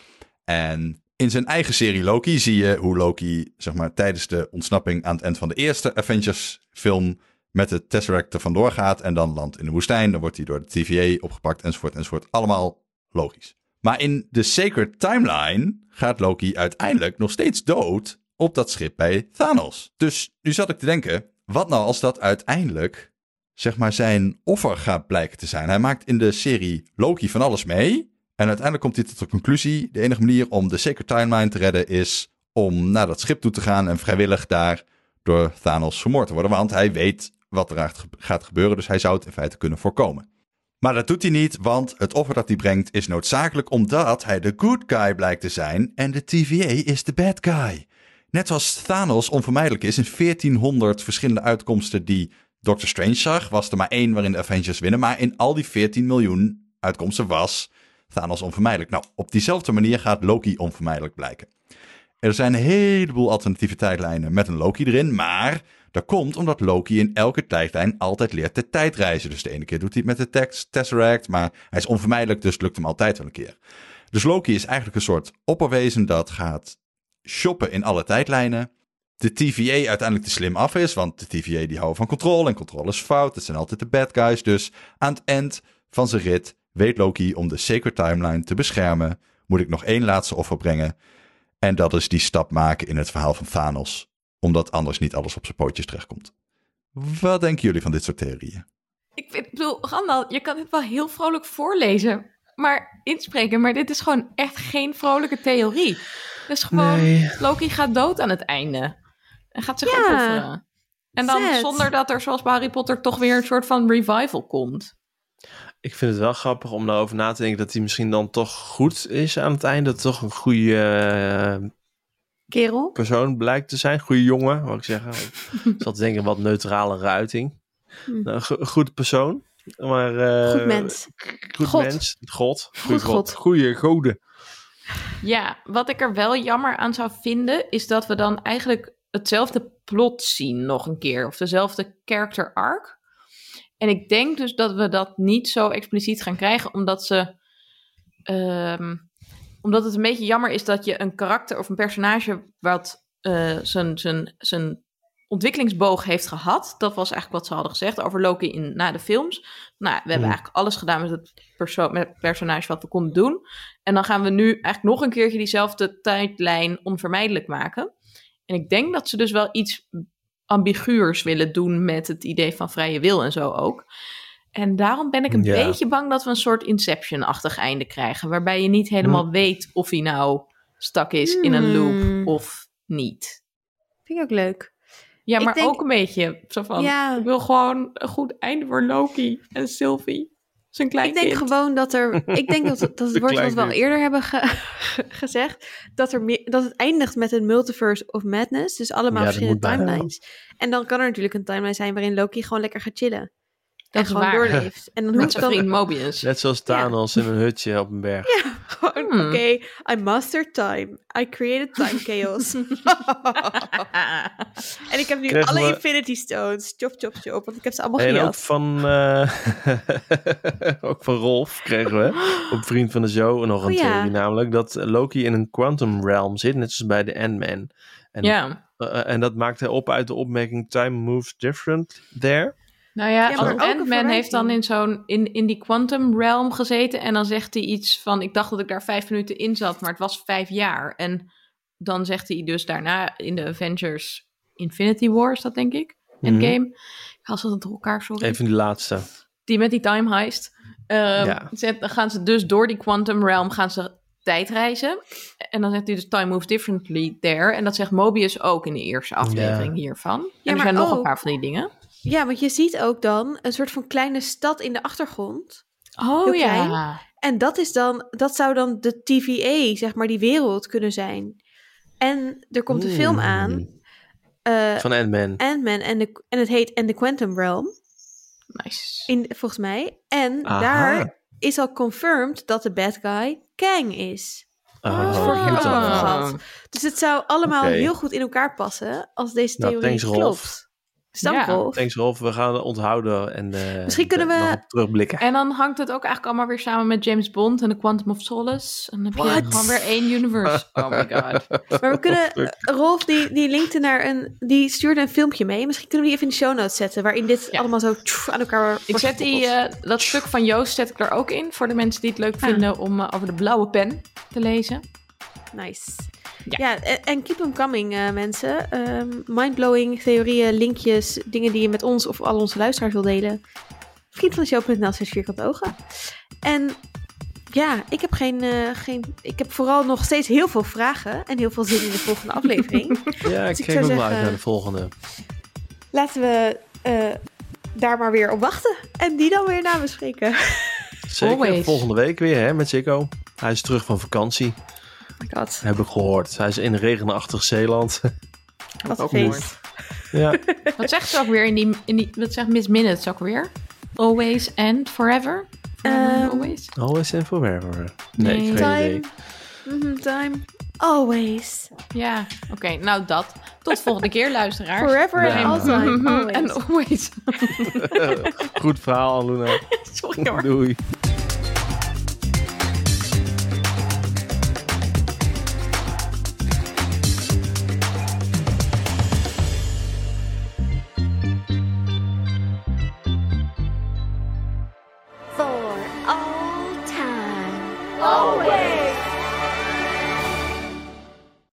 En in zijn eigen serie Loki zie je hoe Loki, zeg maar, tijdens de ontsnapping aan het eind van de eerste Avengers film met de Tesseract er vandoor gaat en dan landt in de woestijn. Dan wordt hij door de T V A opgepakt enzovoort enzovoort. Allemaal logisch. Maar in de Sacred Timeline gaat Loki uiteindelijk nog steeds dood op dat schip bij Thanos. Dus nu zat ik te denken, wat nou als dat uiteindelijk, zeg maar, zijn offer gaat blijken te zijn? Hij maakt in de serie Loki van alles mee. En uiteindelijk komt hij tot de conclusie, de enige manier om de Sacred Timeline te redden is om naar dat schip toe te gaan en vrijwillig daar door Thanos vermoord te worden. Want hij weet wat er gaat gebeuren, dus hij zou het in feite kunnen voorkomen. Maar dat doet hij niet, want het offer dat hij brengt is noodzakelijk omdat hij de good guy blijkt te zijn en de T V A is de bad guy. Net zoals Thanos onvermijdelijk is in veertienhonderd verschillende uitkomsten die Doctor Strange zag, was er maar één waarin de Avengers winnen, maar in al die veertien miljoen uitkomsten was Thanos onvermijdelijk. Nou, op diezelfde manier gaat Loki onvermijdelijk blijken. Er zijn een heleboel alternatieve tijdlijnen met een Loki erin, maar dat komt omdat Loki in elke tijdlijn altijd leert te tijdreizen. Dus de ene keer doet hij het met de Tesseract, maar hij is onvermijdelijk, dus het lukt hem altijd wel een keer. Dus Loki is eigenlijk een soort opperwezen dat gaat shoppen in alle tijdlijnen. De T V A uiteindelijk te slim af is, want de T V A die houden van controle en controle is fout. Het zijn altijd de bad guys, dus aan het eind van zijn rit weet Loki om de Sacred Timeline te beschermen, moet ik nog één laatste offer brengen. En dat is die stap maken in het verhaal van Thanos. Omdat anders niet alles op zijn pootjes terechtkomt. Wat denken jullie van dit soort theorieën? Ik vind, ik bedoel, Randal, je kan dit wel heel vrolijk voorlezen, maar inspreken. Maar dit is gewoon echt geen vrolijke theorie. Het is gewoon, Nee. Loki gaat dood aan het einde. En gaat zich Ja. opofferen. En dan Zet. zonder dat er, zoals bij Harry Potter, toch weer een soort van revival komt. Ik vind het wel grappig om daarover na te denken dat hij misschien dan toch goed is aan het einde. Dat toch een goede uh, Kerel. persoon blijkt te zijn. Goede jongen, wou ik zeggen. Ik zat te denken, wat neutrale uiting. Hm. Nou, go- een goede persoon. Maar, uh, Goed mens. Goed God. mens. God. Goeie Goed God. Goeie goden. Ja, wat ik er wel jammer aan zou vinden, is dat we dan eigenlijk hetzelfde plot zien nog een keer. Of dezelfde character arc. En ik denk dus dat we dat niet zo expliciet gaan krijgen, omdat ze... Um, omdat het een beetje jammer is dat je een karakter of een personage wat uh, zijn, zijn, zijn ontwikkelingsboog heeft gehad. Dat was eigenlijk wat ze hadden gezegd over Loki in, na de films. Nou, we hebben Hmm. eigenlijk alles gedaan met het, perso- met het personage wat we konden doen. En dan gaan we nu eigenlijk nog een keertje diezelfde tijdlijn onvermijdelijk maken. En ik denk dat ze dus wel iets ambiguurs willen doen met het idee van vrije wil en zo ook. En daarom ben ik een Ja. beetje bang dat we een soort Inception-achtig einde krijgen. Waarbij je niet helemaal Hmm. weet of hij nou stak is in een Hmm. loop of niet. Vind ik ook leuk. Ja, Ik maar denk- ook een beetje zo van... Ja. Ik wil gewoon een goed einde voor Loki en Sylvie. Zijn klein Ik denk kind. gewoon dat er... Ik denk dat, dat het Een wordt wat klein we al kind. eerder hebben ge- gezegd. Dat, er meer, dat het eindigt met een multiverse of madness. Dus allemaal Ja, dat verschillende moet bijna timelines. En dan kan er natuurlijk een timeline zijn waarin Loki gewoon lekker gaat chillen. Dat En is gewoon waar. doorleeft. En dan Met hoeft zijn dan vriend Mobius. Net zoals Thanos in een hutje op een berg. gewoon... Hmm. Oké, I mastered time. I created time chaos. En ik heb nu Krijgen alle we- Infinity Stones. Chop, chop, chop. Want ik heb ze allemaal En ook gejat. van, uh, ook van Rolf kregen we, op Vriend van de Show, nog een Oh ja. theorie namelijk, dat Loki in een quantum realm zit, net zoals bij de Ant-Man. En, Ja. uh, en dat maakt hij op uit de opmerking time moves different there. Nou ja, Ja, als maar ook een Ant-Man verwijzing. heeft dan in zo'n in, in die quantum realm gezeten en dan zegt hij iets van, ik dacht dat ik daar vijf minuten in zat, maar het was vijf jaar. En dan zegt hij dus daarna in de Avengers Infinity War, is dat denk ik, Endgame. Mhm. Ik haal ze dat door elkaar, sorry. Even die laatste. Die met die time heist. Ehm, Ja. zet- Dan gaan ze dus door die quantum realm gaan ze tijdreizen. En dan zegt hij dus time moves differently there. En dat zegt Mobius ook in de eerste aflevering Ja. hiervan. En Ja, er maar zijn nog een ook- paar van die dingen. Ja, want je ziet ook dan een soort van kleine stad in de achtergrond. Oh Heel ja. En dat is dan, dat zou dan de T V A, zeg maar, die wereld kunnen zijn. En er komt een film Mm. aan, eh Van Ant-Man. Ant-Man, en, de, en het heet And the Quantum Realm, Nice. in, volgens mij. En Aha. daar is al confirmed dat de bad guy Kang is. Ah, Dus vorig jaar ook Ah. over gehad. Dus het zou allemaal Oké. heel goed in elkaar passen als deze Nou, theorie thanks, Rolf. klopt. Stamp, Ja, Rolf. Thanks Rolf, we gaan het onthouden en eh, Misschien kunnen er we- nog op terugblikken. En dan hangt het ook eigenlijk allemaal weer samen met James Bond en de Quantum of Solace. En dan heb je What? gewoon weer één universe. Oh my god. Maar we kunnen, eh, Rolf die, die linkte naar een, die stuurde een filmpje mee. Misschien kunnen we die even in de show notes zetten, waarin dit Ja. allemaal zo tjoef, aan elkaar wordt Ik zet die, gekoppeld. eh, dat stuk van Joost zet ik er ook in. Voor de mensen die het leuk Ah. vinden om eh, over de blauwe pen te lezen. Nice. Ja. Ja, en, en keep them coming, eh, mensen. Ehm, mindblowing, theorieën, linkjes, dingen die je met ons of al onze luisteraars wil delen. Vriend van de show punt n l slash vierkante ogen. En ja, ik heb geen, eh, geen... Ik heb vooral nog steeds heel veel vragen en heel veel zin in de volgende aflevering. Ja, ik Dus ik kijk zou ook wel zeggen- uit naar de volgende. Laten we eh, daar maar weer op wachten. En die dan weer nabespreken. Zeker, Always. volgende week weer hè, met Zico. Hij is terug van vakantie, Oh my god, heb ik gehoord. Hij is in regenachtig Zeeland. wat een ook feest. Ja, Wat zegt ze ook weer in die, in die wat zegt Miss Minutes ook weer? Always and forever? Forever and Ehm, always? always and forever. Nee, Nee. geen Time, idee. mhm, time, always. Ja, oké, nou dat. Tot volgende keer, luisteraars. Forever Ja. and all time, always. And always. Goed verhaal, Luna. Sorry hoor. Doei.